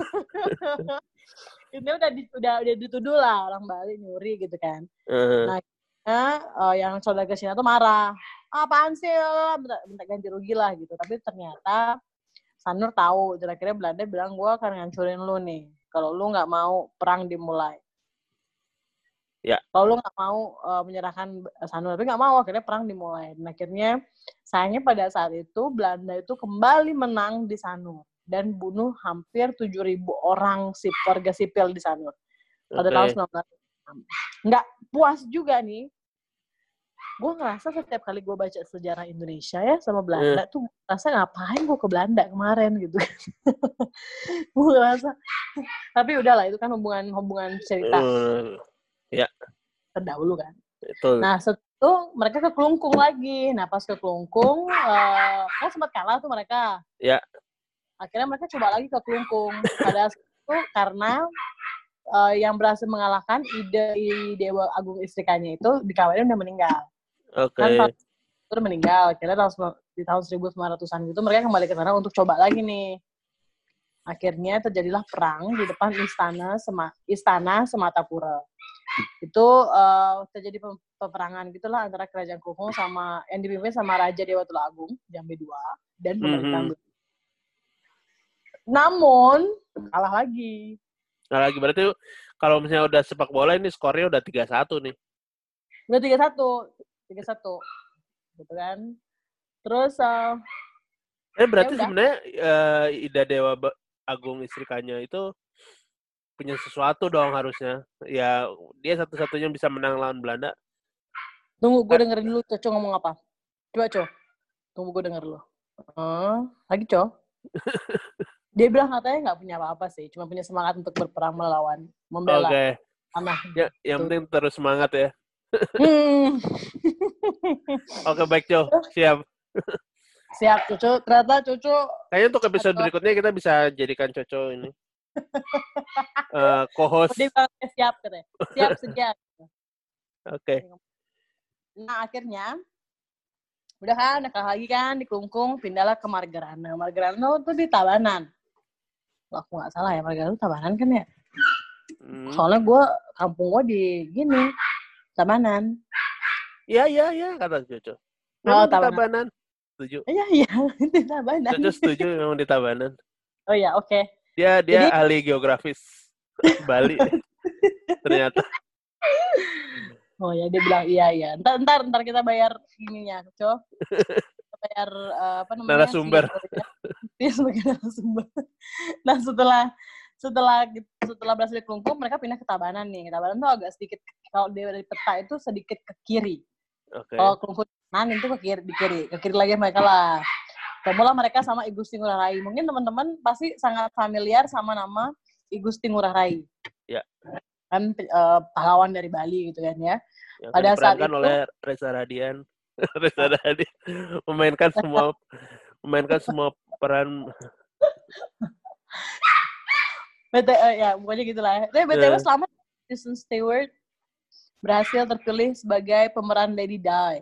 ini udah di, udah udah dituduh lah orang Bali nyuri gitu kan. Uh-huh. Nah, uh, yang saudara Kesina tuh marah, apaan sih, minta, minta ganti rugi lah gitu. Tapi ternyata Sanur tahu, kira-kira Belanda bilang, gue akan ngancurin lu nih. Kalau lu nggak mau perang dimulai. Ya. Kalau lu nggak mau uh, menyerahkan Sanur, tapi nggak mau, akhirnya perang dimulai. Dan akhirnya, sayangnya pada saat itu, Belanda itu kembali menang di Sanur. Dan bunuh hampir tujuh ribu orang si warga sipil di Sanur. Pada okay. tahun sembilan belas enam. Nggak puas juga nih. Gue ngerasa setiap kali gue baca sejarah Indonesia ya sama Belanda, uh. tuh ngerasa ngapain gue ke Belanda kemarin gitu. Gue ngerasa, tapi udahlah itu kan hubungan hubungan cerita. Uh, ya. Terdahulu kan. Betul. Nah setelah itu mereka ke Kelungkung lagi. Nah pas ke Kelungkung, uh, kan sempat kalah tuh mereka. Ya. Akhirnya mereka coba lagi ke Kelungkung. Pada saat itu karena uh, yang berhasil mengalahkan ide Dewa Agung Istrikanya itu dikawarin udah meninggal. Oke. Okay. Kan itu meninggal. Akhirnya tahun, di tahun seribu sembilan ratusan gitu mereka kembali ke sana untuk coba lagi nih. Akhirnya terjadilah perang di depan istana Sema, istana Sematapura. Itu uh, terjadi peperangan gitulah antara kerajaan Kelungkung sama yang dipimpin sama Raja Dewa Tulungagung Jambe kedua dan pemerintahan. Mm-hmm. Namun kalah lagi. Kalah lagi berarti kalau misalnya udah sepak bola ini skornya udah tiga satu nih. Udah tiga satu. tiga satu gitu kan. Terus uh, eh berarti ya sebenarnya uh, Ida Dewa Agung Istrikanya itu punya sesuatu dong harusnya. Ya dia satu-satunya bisa menang lawan Belanda. Tunggu gue dengerin dulu Coco ngomong apa. Coba Co. Tunggu gue denger dulu. Uh, lagi Co. Dia bilang katanya nggak punya apa-apa sih, cuma punya semangat untuk berperang melawan, membela. Oke. Okay. Anak. Ya, yang penting terus semangat ya. Hmm. Oke baik Co, siap. Siap Coco, ternyata Coco. Kayaknya untuk episode atau... berikutnya kita bisa jadikan Coco ini uh, co-host. Dia bilang siap katanya. Siap sedia. Oke. Okay. Nah akhirnya, udah kan, nakal lagi kan di Kelungkung, pindahlah ke Margarana. Margarana tuh di Tabanan. Loh, aku nggak salah ya Margarana Tabanan kan ya. Hmm. Soalnya gue kampung gue di gini. Tabanan. Iya, iya, iya, kata Coco. Memang oh, di Tabanan. Setuju. Iya, iya, di Tabanan. Coco setuju memang di Tabanan. Oh iya, oke. Okay. Dia dia Jadi... ahli geografis Bali. Ternyata. Oh ya, dia bilang iya, iya. Ntar, ntar, ntar kita bayar ininya, Coco. Kita bayar, uh, apa namanya? Narasumber. Iya, sebagai narasumber. Nah, setelah setelah setelah berhasil di Kelungkung, mereka pindah ke Tabanan nih. Tabanan tuh agak sedikit, kalau dari peta itu sedikit ke kiri. Okay. Kalau Kelungkung Tabanan itu ke kiri, di kiri. Ke kiri lagi mereka lah. Kemudian mereka sama I Gusti Ngurah Rai. Mungkin teman-teman pasti sangat familiar sama nama I Gusti Ngurah Rai. Ya. Kan uh, pahlawan dari Bali gitu kan ya. Yang pada saat itu oleh Reza Radian. Reza Radian memainkan semua memainkan semua peran. B T W uh, ya pokoknya gitulah. Tapi B T W yeah. Selamat Kristen Stewart berhasil terpilih sebagai pemeran Lady Di.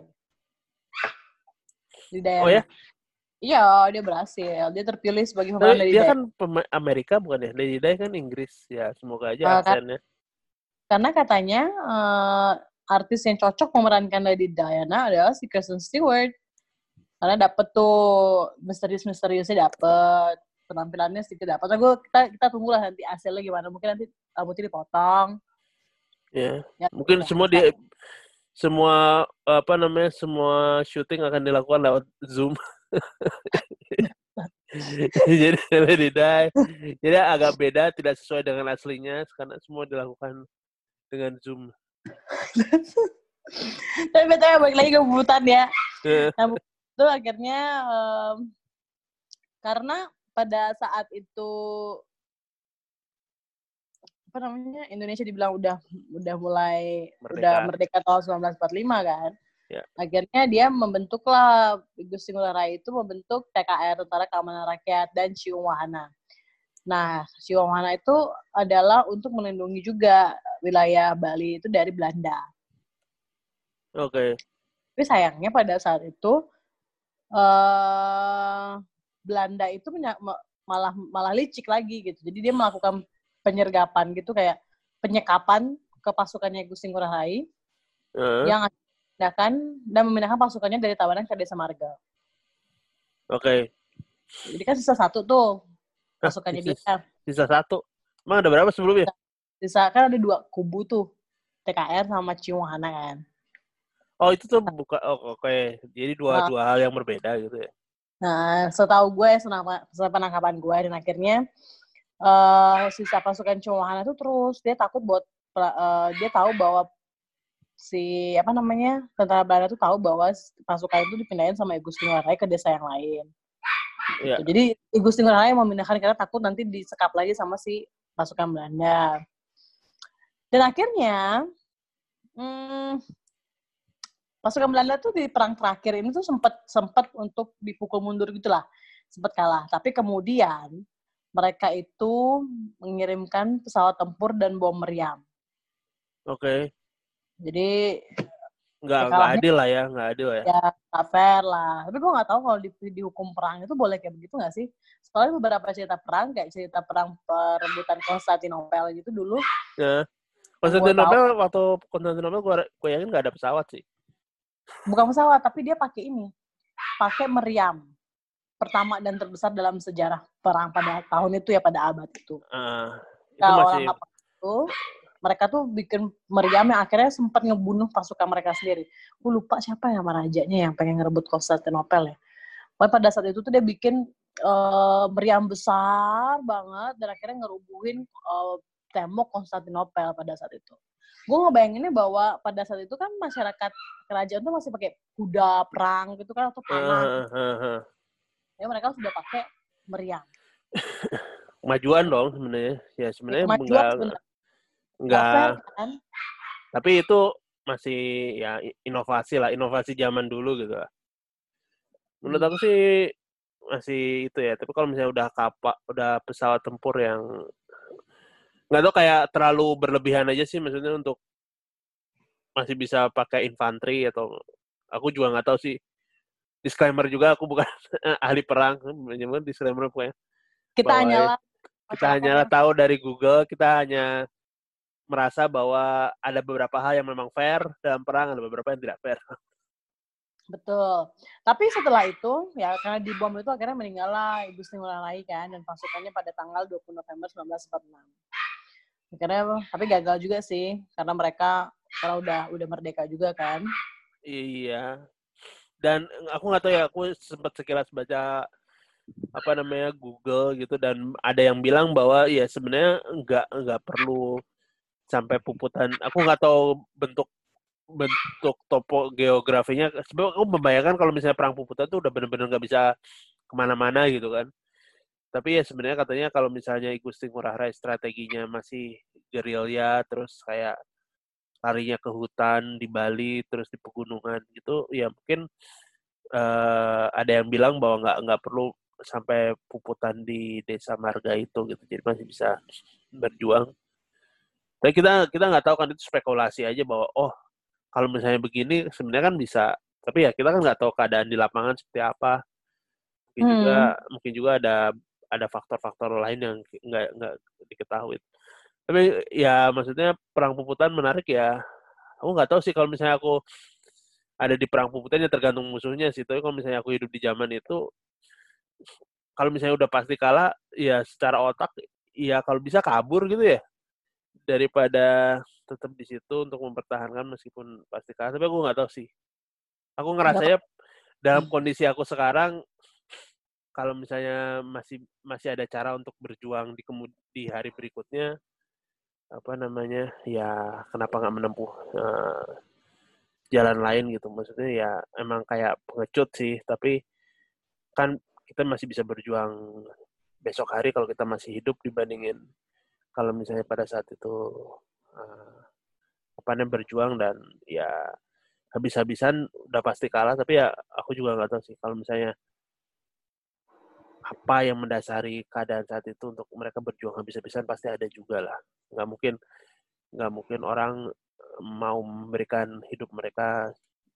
Di Diana. Oh ya? Iya, dia berhasil. Dia terpilih sebagai Tapi pemeran Lady Di. dia kan pema- Amerika bukan ya? Lady Di kan Inggris. Ya, semoga aja Uh, aksennya. Karena katanya uh, artis yang cocok memerankan Lady Diana adalah si Kristen Stewart. Karena dapet tuh misterius-misteriusnya dapet. Penampilannya sedikit dapet. Nah, gue, kita, kita tunggulah nanti hasilnya gimana. Mungkin nanti rambutnya dipotong. Ya, ya mungkin ya, semua dia semua apa namanya semua syuting akan dilakukan lewat Zoom. Jadi Lady Di jadi agak beda, tidak sesuai dengan aslinya karena semua dilakukan dengan Zoom. Tapi betulnya balik lagi ke bubutan ya. Nah, itu akhirnya um, karena pada saat itu apa namanya Indonesia dibilang udah udah mulai merdeka. udah merdeka tahun seribu sembilan ratus empat puluh lima kan. Ya. Akhirnya dia membentuklah Igusti Ngurah Rai itu membentuk T K R Tentara Keamanan Rakyat dan Cium Wahana. Nah, Cium Wahana itu adalah untuk melindungi juga wilayah Bali itu dari Belanda. Oke. Okay. Tapi sayangnya pada saat itu uh, Belanda itu malah malah licik lagi gitu. Jadi dia melakukan penyergapan gitu kayak penyekapan ke pasukannya Igusti Ngurah Rai uh. yang memindahkan dan memindahkan pasukannya dari Tabanan ke Desa Marga. Oke. Okay. Jadi kan sisa satu tuh pasukannya dia. Sisa, sisa satu. Emang ada berapa sebelumnya? Sisa kan ada dua kubu tuh, T K R sama Cium Wahana kan. Oh itu tuh buka. Oh, oke. Okay. Jadi dua nah, dua hal yang berbeda gitu ya. Nah, setahu gue, setelah penangkapan gue dan akhirnya Uh, sisa pasukan Cium Wahana itu terus dia takut buat uh, dia tahu bahwa si apa namanya tentara Belanda itu tahu bahwa pasukan itu dipindahin sama Igusti Ngurah Rai ke desa yang lain. Yeah. Gitu. Jadi Igusti Ngurah Rai memindahkan karena takut nanti disekap lagi sama si pasukan Belanda. Dan akhirnya hmm, pasukan Belanda tuh di perang terakhir ini tuh sempat sempat untuk dipukul mundur gitulah, sempat kalah. Tapi kemudian mereka itu mengirimkan pesawat tempur dan bom meriam. Oke. Okay. Jadi nggak nggak adil lah ya, nggak adil ya. Ya nggak fair lah. Tapi gue nggak tahu kalau di, di hukum perang itu boleh kayak begitu nggak sih? Soalnya beberapa cerita perang kayak cerita perang perebutan Konstantinopel gitu dulu. Ya. Konstantinopel waktu Konstantinopel gue gue yakin nggak ada pesawat sih. Bukan pesawat, tapi dia pakai ini, pakai meriam. Pertama dan terbesar dalam sejarah perang pada tahun itu ya, pada abad itu. Uh, itu kalau masih... orang itu, mereka tuh bikin meriam yang akhirnya sempat ngebunuh pasukan mereka sendiri. Gue lupa siapa ya marajanya yang pengen ngerebut Konstantinopel ya. Pokoknya pada saat itu tuh dia bikin uh, meriam besar banget dan akhirnya ngerubuhin uh, tembok Konstantinopel pada saat itu. Gue ngebayanginnya bahwa pada saat itu kan masyarakat kerajaan tuh masih pakai kuda perang gitu kan atau panah. Uh, uh, uh. Ya mereka sudah pakai meriam. Kemajuan dong sebenarnya. Ya sebenarnya kemajuan enggak sebenarnya. enggak fair, kan? Tapi itu masih ya inovasi lah, inovasi zaman dulu gitu. Menurut hmm. aku sih masih itu ya. Tapi kalau misalnya udah kapal, udah pesawat tempur yang nggak tahu kayak terlalu berlebihan aja sih, maksudnya untuk masih bisa pakai infanteri atau aku juga nggak tahu sih. Disclaimer juga aku bukan ahli perang, menyebut disclaimer pokoknya. Kita hanyalah kita hanyalah tahu dari Google, kita hanya merasa bahwa ada beberapa hal yang memang fair dalam perang, ada beberapa yang tidak fair. Betul. Tapi setelah itu, ya karena dibom itu akhirnya meninggallah Igusti Ngurah Rai kan, dan pasukannya pada tanggal dua puluh November seribu sembilan ratus empat puluh enam. Akhirnya, tapi gagal juga sih, karena mereka karena udah udah merdeka juga kan. Iya. Dan aku nggak tahu ya, aku sempat sekilas baca apa namanya Google gitu, dan ada yang bilang bahwa ya sebenarnya nggak nggak perlu sampai puputan. Aku nggak tahu bentuk bentuk topo geografinya. Sebenarnya aku membayangkan kalau misalnya perang puputan tuh udah benar-benar nggak bisa kemana-mana gitu kan. Tapi ya sebenarnya katanya kalau misalnya Igusti Ngurah Rai strateginya masih gerilya, terus kayak larinya ke hutan di Bali, terus di pegunungan gitu, ya mungkin uh, ada yang bilang bahwa nggak nggak perlu sampai puputan di Desa Marga itu gitu, jadi masih bisa berjuang. Tapi kita kita nggak tahu kan, itu spekulasi aja bahwa oh kalau misalnya begini sebenarnya kan bisa, tapi ya kita kan nggak tahu keadaan di lapangan seperti apa. Mungkin hmm. juga mungkin juga ada ada faktor-faktor lain yang nggak nggak diketahui. Tapi ya maksudnya perang puputan menarik ya. Aku nggak tahu sih kalau misalnya aku ada di perang puputan, ya tergantung musuhnya sih. Tapi kalau misalnya aku hidup di zaman itu, kalau misalnya udah pasti kalah, ya secara otak, ya kalau bisa kabur gitu ya, daripada tetap di situ untuk mempertahankan meskipun pasti kalah. Tapi aku nggak tahu sih. Aku ngerasanya dalam kondisi aku sekarang, kalau misalnya masih masih ada cara untuk berjuang di kemud di hari berikutnya, apa namanya, ya kenapa nggak menempuh uh, jalan lain gitu. Maksudnya ya emang kayak pengecut sih, tapi kan kita masih bisa berjuang besok hari kalau kita masih hidup, dibandingin kalau misalnya pada saat itu uh, apa namanya berjuang dan ya habis-habisan udah pasti kalah. Tapi ya aku juga nggak tahu sih kalau misalnya apa yang mendasari keadaan saat itu untuk mereka berjuang habis-habisan, pasti ada juga lah. Nggak mungkin nggak mungkin orang mau memberikan hidup mereka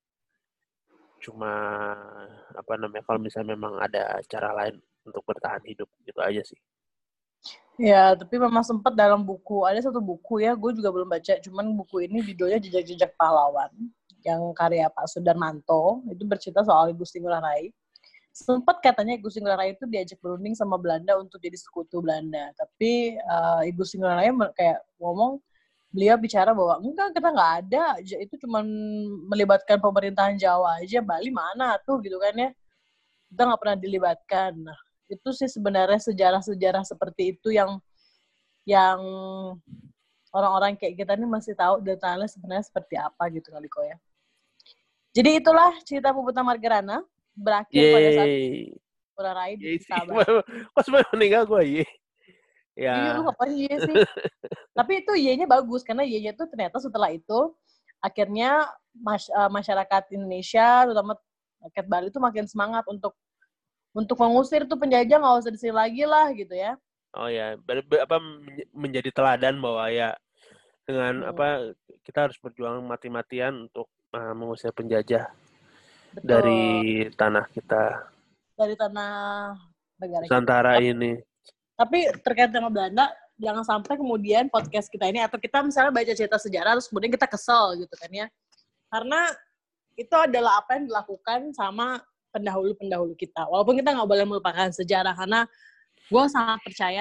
cuma apa namanya, kalau misalnya memang ada cara lain untuk bertahan hidup, gitu aja sih. Ya, tapi memang sempat dalam buku, ada satu buku ya, gue juga belum baca, cuman buku ini judulnya Jejak-Jejak Pahlawan, yang karya Pak Sudarmanto, itu bercerita soal Igusti Ngurah Rai. Sempat katanya Igusti Ngurah Rai itu diajak berunding sama Belanda untuk jadi sekutu Belanda, tapi uh, Igusti Ngurah Rai kayak ngomong, beliau bicara bahwa enggak, kita nggak ada, itu cuma melibatkan pemerintahan Jawa aja, Bali mana tuh gitu kan ya, kita nggak pernah dilibatkan. Nah, itu sih sebenarnya sejarah-sejarah seperti itu yang yang orang-orang kayak kita ini masih tahu detailnya sebenarnya seperti apa gitu kali kok ya. Jadi itulah cerita Puputan Margarana berakhir Yeay. pada saat Ngurah Rai ditabrak. Kok sebenarnya meninggal gue ye. Ya. Iya, lu ngapain iya sih? Tapi itu Y-nya bagus, karena Y-nya tuh ternyata setelah itu, akhirnya mas, uh, masyarakat Indonesia, terutama rakyat Bali itu makin semangat untuk untuk mengusir tuh penjajah, nggak usah di sini lagi lah, gitu ya. Oh ya, apa menjadi teladan bahwa ya dengan hmm. apa kita harus berjuang mati-matian untuk uh, mengusir penjajah. Betul. Dari tanah kita. Dari tanah negara Nusantara kita. ini. Tapi terkait dengan Belanda, jangan sampai kemudian podcast kita ini, atau kita misalnya baca cerita sejarah, terus kemudian kita kesel gitu kan ya. Karena itu adalah apa yang dilakukan sama pendahulu-pendahulu kita. Walaupun kita nggak boleh melupakan sejarah, karena gue sangat percaya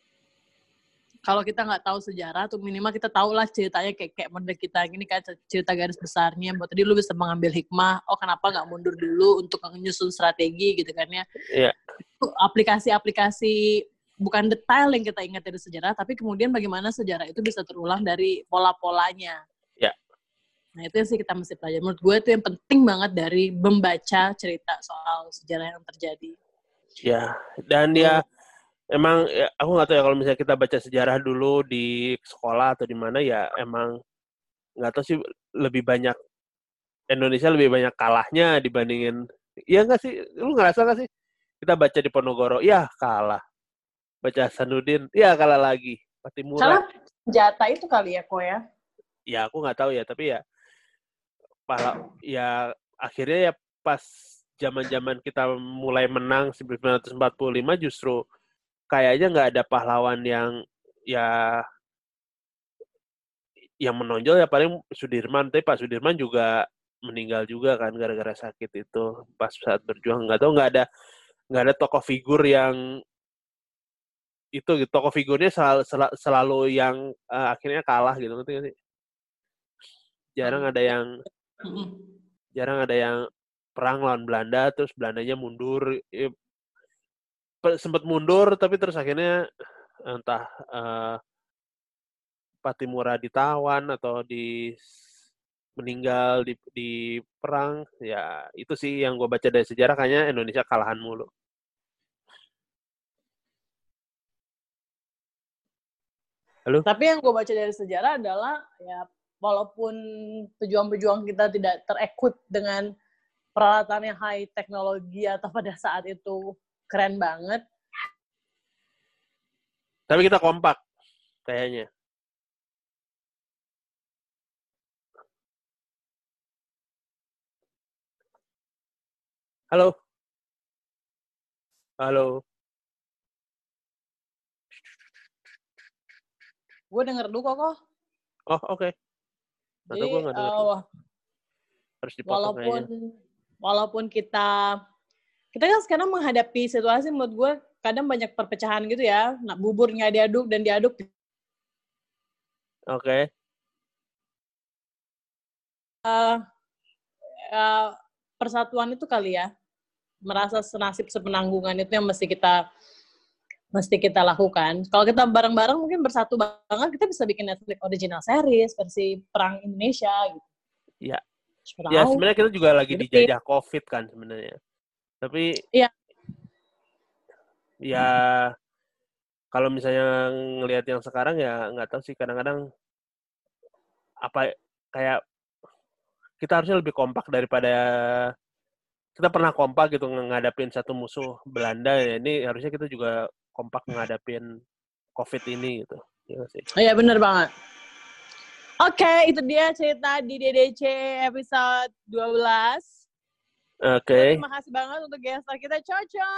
kalau kita nggak tahu sejarah, tuh minimal kita tahu lah ceritanya kayak kayak model kita ini kan, cerita garis besarnya. Buat tadi lu bisa mengambil hikmah, oh kenapa nggak mundur dulu untuk menyusun strategi gitu kan ya. Iya. Aplikasi-aplikasi bukan detail yang kita ingat dari sejarah, tapi kemudian bagaimana sejarah itu bisa terulang dari pola-polanya. Iya. Nah itu yang sih kita mesti pelajari. Menurut gue itu yang penting banget dari membaca cerita soal sejarah yang terjadi. Ya, dan hmm. ya emang ya, aku nggak tahu ya kalau misalnya kita baca sejarah dulu di sekolah atau di mana, ya emang nggak tahu sih, lebih banyak Indonesia lebih banyak kalahnya dibandingin, iya nggak sih? Lu ngerasa nggak sih? Kita baca di Ponorogo, ya kalah. Baca Hasanuddin, ya kalah lagi. Patimura. Salah senjata itu kali ya, kok ya? Ya aku nggak tahu ya, tapi ya pala, ya akhirnya ya pas zaman-zaman kita mulai menang seribu sembilan ratus empat puluh lima, justru kayaknya nggak ada pahlawan yang ya yang menonjol, ya paling Sudirman. Tapi Pak Sudirman juga meninggal juga kan gara-gara sakit itu pas saat berjuang. Nggak tahu, nggak ada nggak ada tokoh figur yang itu gitu. Tokoh figurnya selalu, selalu, selalu yang uh, akhirnya kalah gitu, ngerti nggak sih? Jarang ada yang jarang ada yang perang lawan Belanda terus Belandanya mundur. Ya, sempat mundur tapi terus akhirnya entah uh, Patimura ditawan atau di meninggal di, di perang. Ya itu sih yang gue baca dari sejarah, kayaknya Indonesia kalahan mulu. Halo? Tapi yang gue baca dari sejarah adalah ya walaupun pejuang-pejuang kita tidak terekut dengan peralatan yang high teknologi atau pada saat itu keren banget. Tapi kita kompak kayaknya. Halo. Halo. Gue denger dulu kok kok. Oh oke. Okay. Atau gue nggak denger. Uh, Harus dipotong walaupun kayaknya. walaupun kita kita kan sekarang menghadapi situasi menurut gue kadang banyak perpecahan gitu ya. Nah, bubur nggak diaduk dan diaduk. Oke. Okay. Uh, uh, persatuan itu kali ya. Merasa senasib sepenanggungan itu yang mesti kita mesti kita lakukan. Kalau kita bareng-bareng mungkin bersatu banget, kita bisa bikin Netflix original series versi perang Indonesia gitu. Iya. Ya sebenarnya kita juga lagi Jadi, dijajah COVID kan sebenarnya. Tapi iya. Ya kalau misalnya ngelihat yang sekarang ya nggak tahu sih, kadang-kadang apa kayak kita harusnya lebih kompak daripada kita pernah kompak gitu ngadapin satu musuh Belanda ya, ini harusnya kita juga kompak ngadapin COVID ini gitu. Iya sih. Oh, iya benar banget. Oke, okay, itu dia cerita di D D C episode dua belas. Oke. Okay. Terima kasih banget untuk guest star kita, Coco.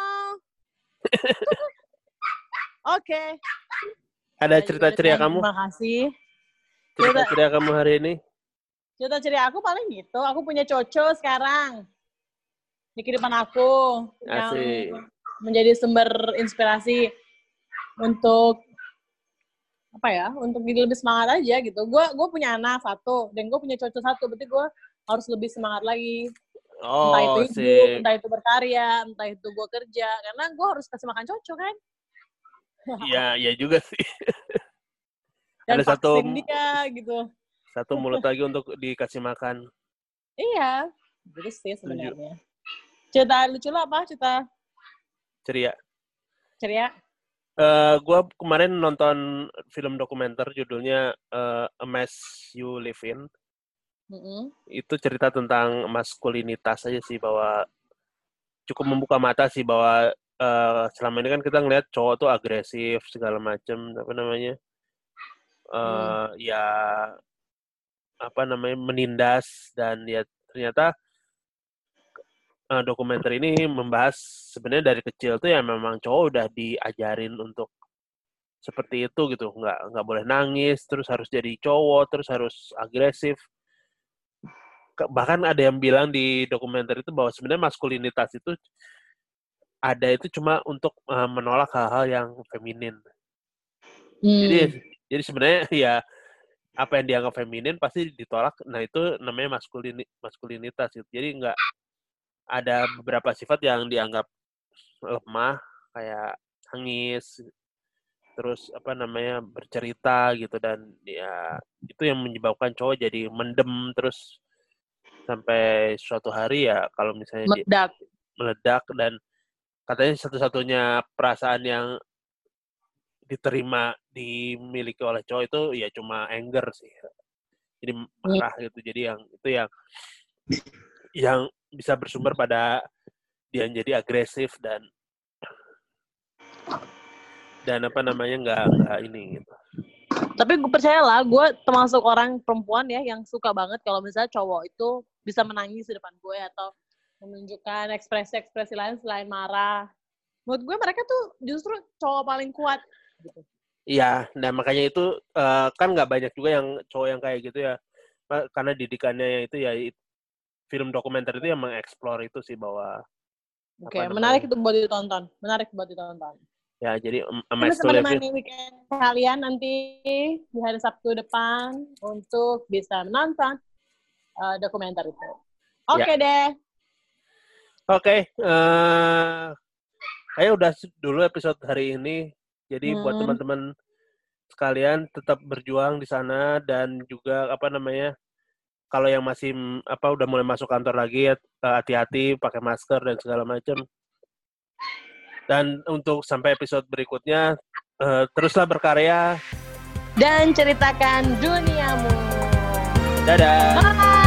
Oke. Okay. Ada cerita ceria kamu? Terima kasih. Cerita ceria kamu hari ini? Cerita ceria aku paling gitu. Aku punya Coco sekarang di kehidupan aku. Asik. Yang menjadi sumber inspirasi untuk apa ya, untuk jadi lebih semangat aja gitu. Gue gue punya anak satu dan gue punya Coco satu, berarti gue harus lebih semangat lagi. Oh, entah itu hidup, sih. entah itu berkarya, entah itu gue kerja, karena gue harus kasih makan Coco kan. Iya, iya juga sih. Dan ada satu dia gitu. Satu mulut lagi untuk dikasih makan. Iya, gitu sih sebenarnya. Cerita lucu lo apa? Cerita ceria. Ceria. Uh, gue kemarin nonton film dokumenter judulnya uh, A Mess You Live In. Mm-hmm. Itu cerita tentang maskulinitas aja sih, bahwa cukup membuka mata sih bahwa uh, selama ini kan kita ngeliat cowok tuh agresif segala macam, apa namanya, uh, mm. ya apa namanya menindas, dan ya ternyata uh, dokumenter ini membahas sebenarnya dari kecil tuh ya memang cowok udah diajarin untuk seperti itu gitu, nggak nggak boleh nangis, terus harus jadi cowok, terus harus agresif. Bahkan ada yang bilang di dokumenter itu bahwa sebenarnya maskulinitas itu ada itu cuma untuk uh, menolak hal-hal yang feminin. Hmm. Jadi jadi sebenarnya ya apa yang dianggap feminin pasti ditolak. Nah itu namanya maskulini, maskulinitas gitu. Jadi nggak ada beberapa sifat yang dianggap lemah, kayak nangis, terus apa namanya bercerita gitu, dan ya itu yang menyebabkan cowok jadi mendem terus sampai suatu hari ya kalau misalnya meledak dia, meledak dan katanya satu-satunya perasaan yang diterima dimiliki oleh cowok itu ya cuma anger sih, jadi marah gitu. Jadi yang itu yang yang bisa bersumber pada dia jadi agresif dan dan apa namanya nggak nggak ini gitu. Tapi gue percaya lah, gue termasuk orang perempuan ya yang suka banget kalau misalnya cowok itu bisa menangis di depan gue atau menunjukkan ekspresi-ekspresi lain selain marah. Menurut gue mereka tuh justru cowok paling kuat gitu. Iya, nah makanya itu uh, kan nggak banyak juga yang cowok yang kayak gitu ya, karena didikannya itu ya film dokumenter itu yang mengeksplor itu sih bahwa. Oke, okay, menarik itu buat ditonton, menarik buat ditonton. Ya, jadi um, bisa menemani weekend kalian nanti di hari Sabtu depan untuk bisa menonton uh, dokumenter itu. Oke okay, ya. deh. Oke, okay, uh, kayaknya udah dulu episode hari ini. Jadi hmm. buat teman-teman sekalian tetap berjuang di sana, dan juga apa namanya, kalau yang masih apa udah mulai masuk kantor lagi ya hati-hati, pakai masker dan segala macam. Dan untuk sampai episode berikutnya, uh, teruslah berkarya dan ceritakan duniamu. Dadah. Bye.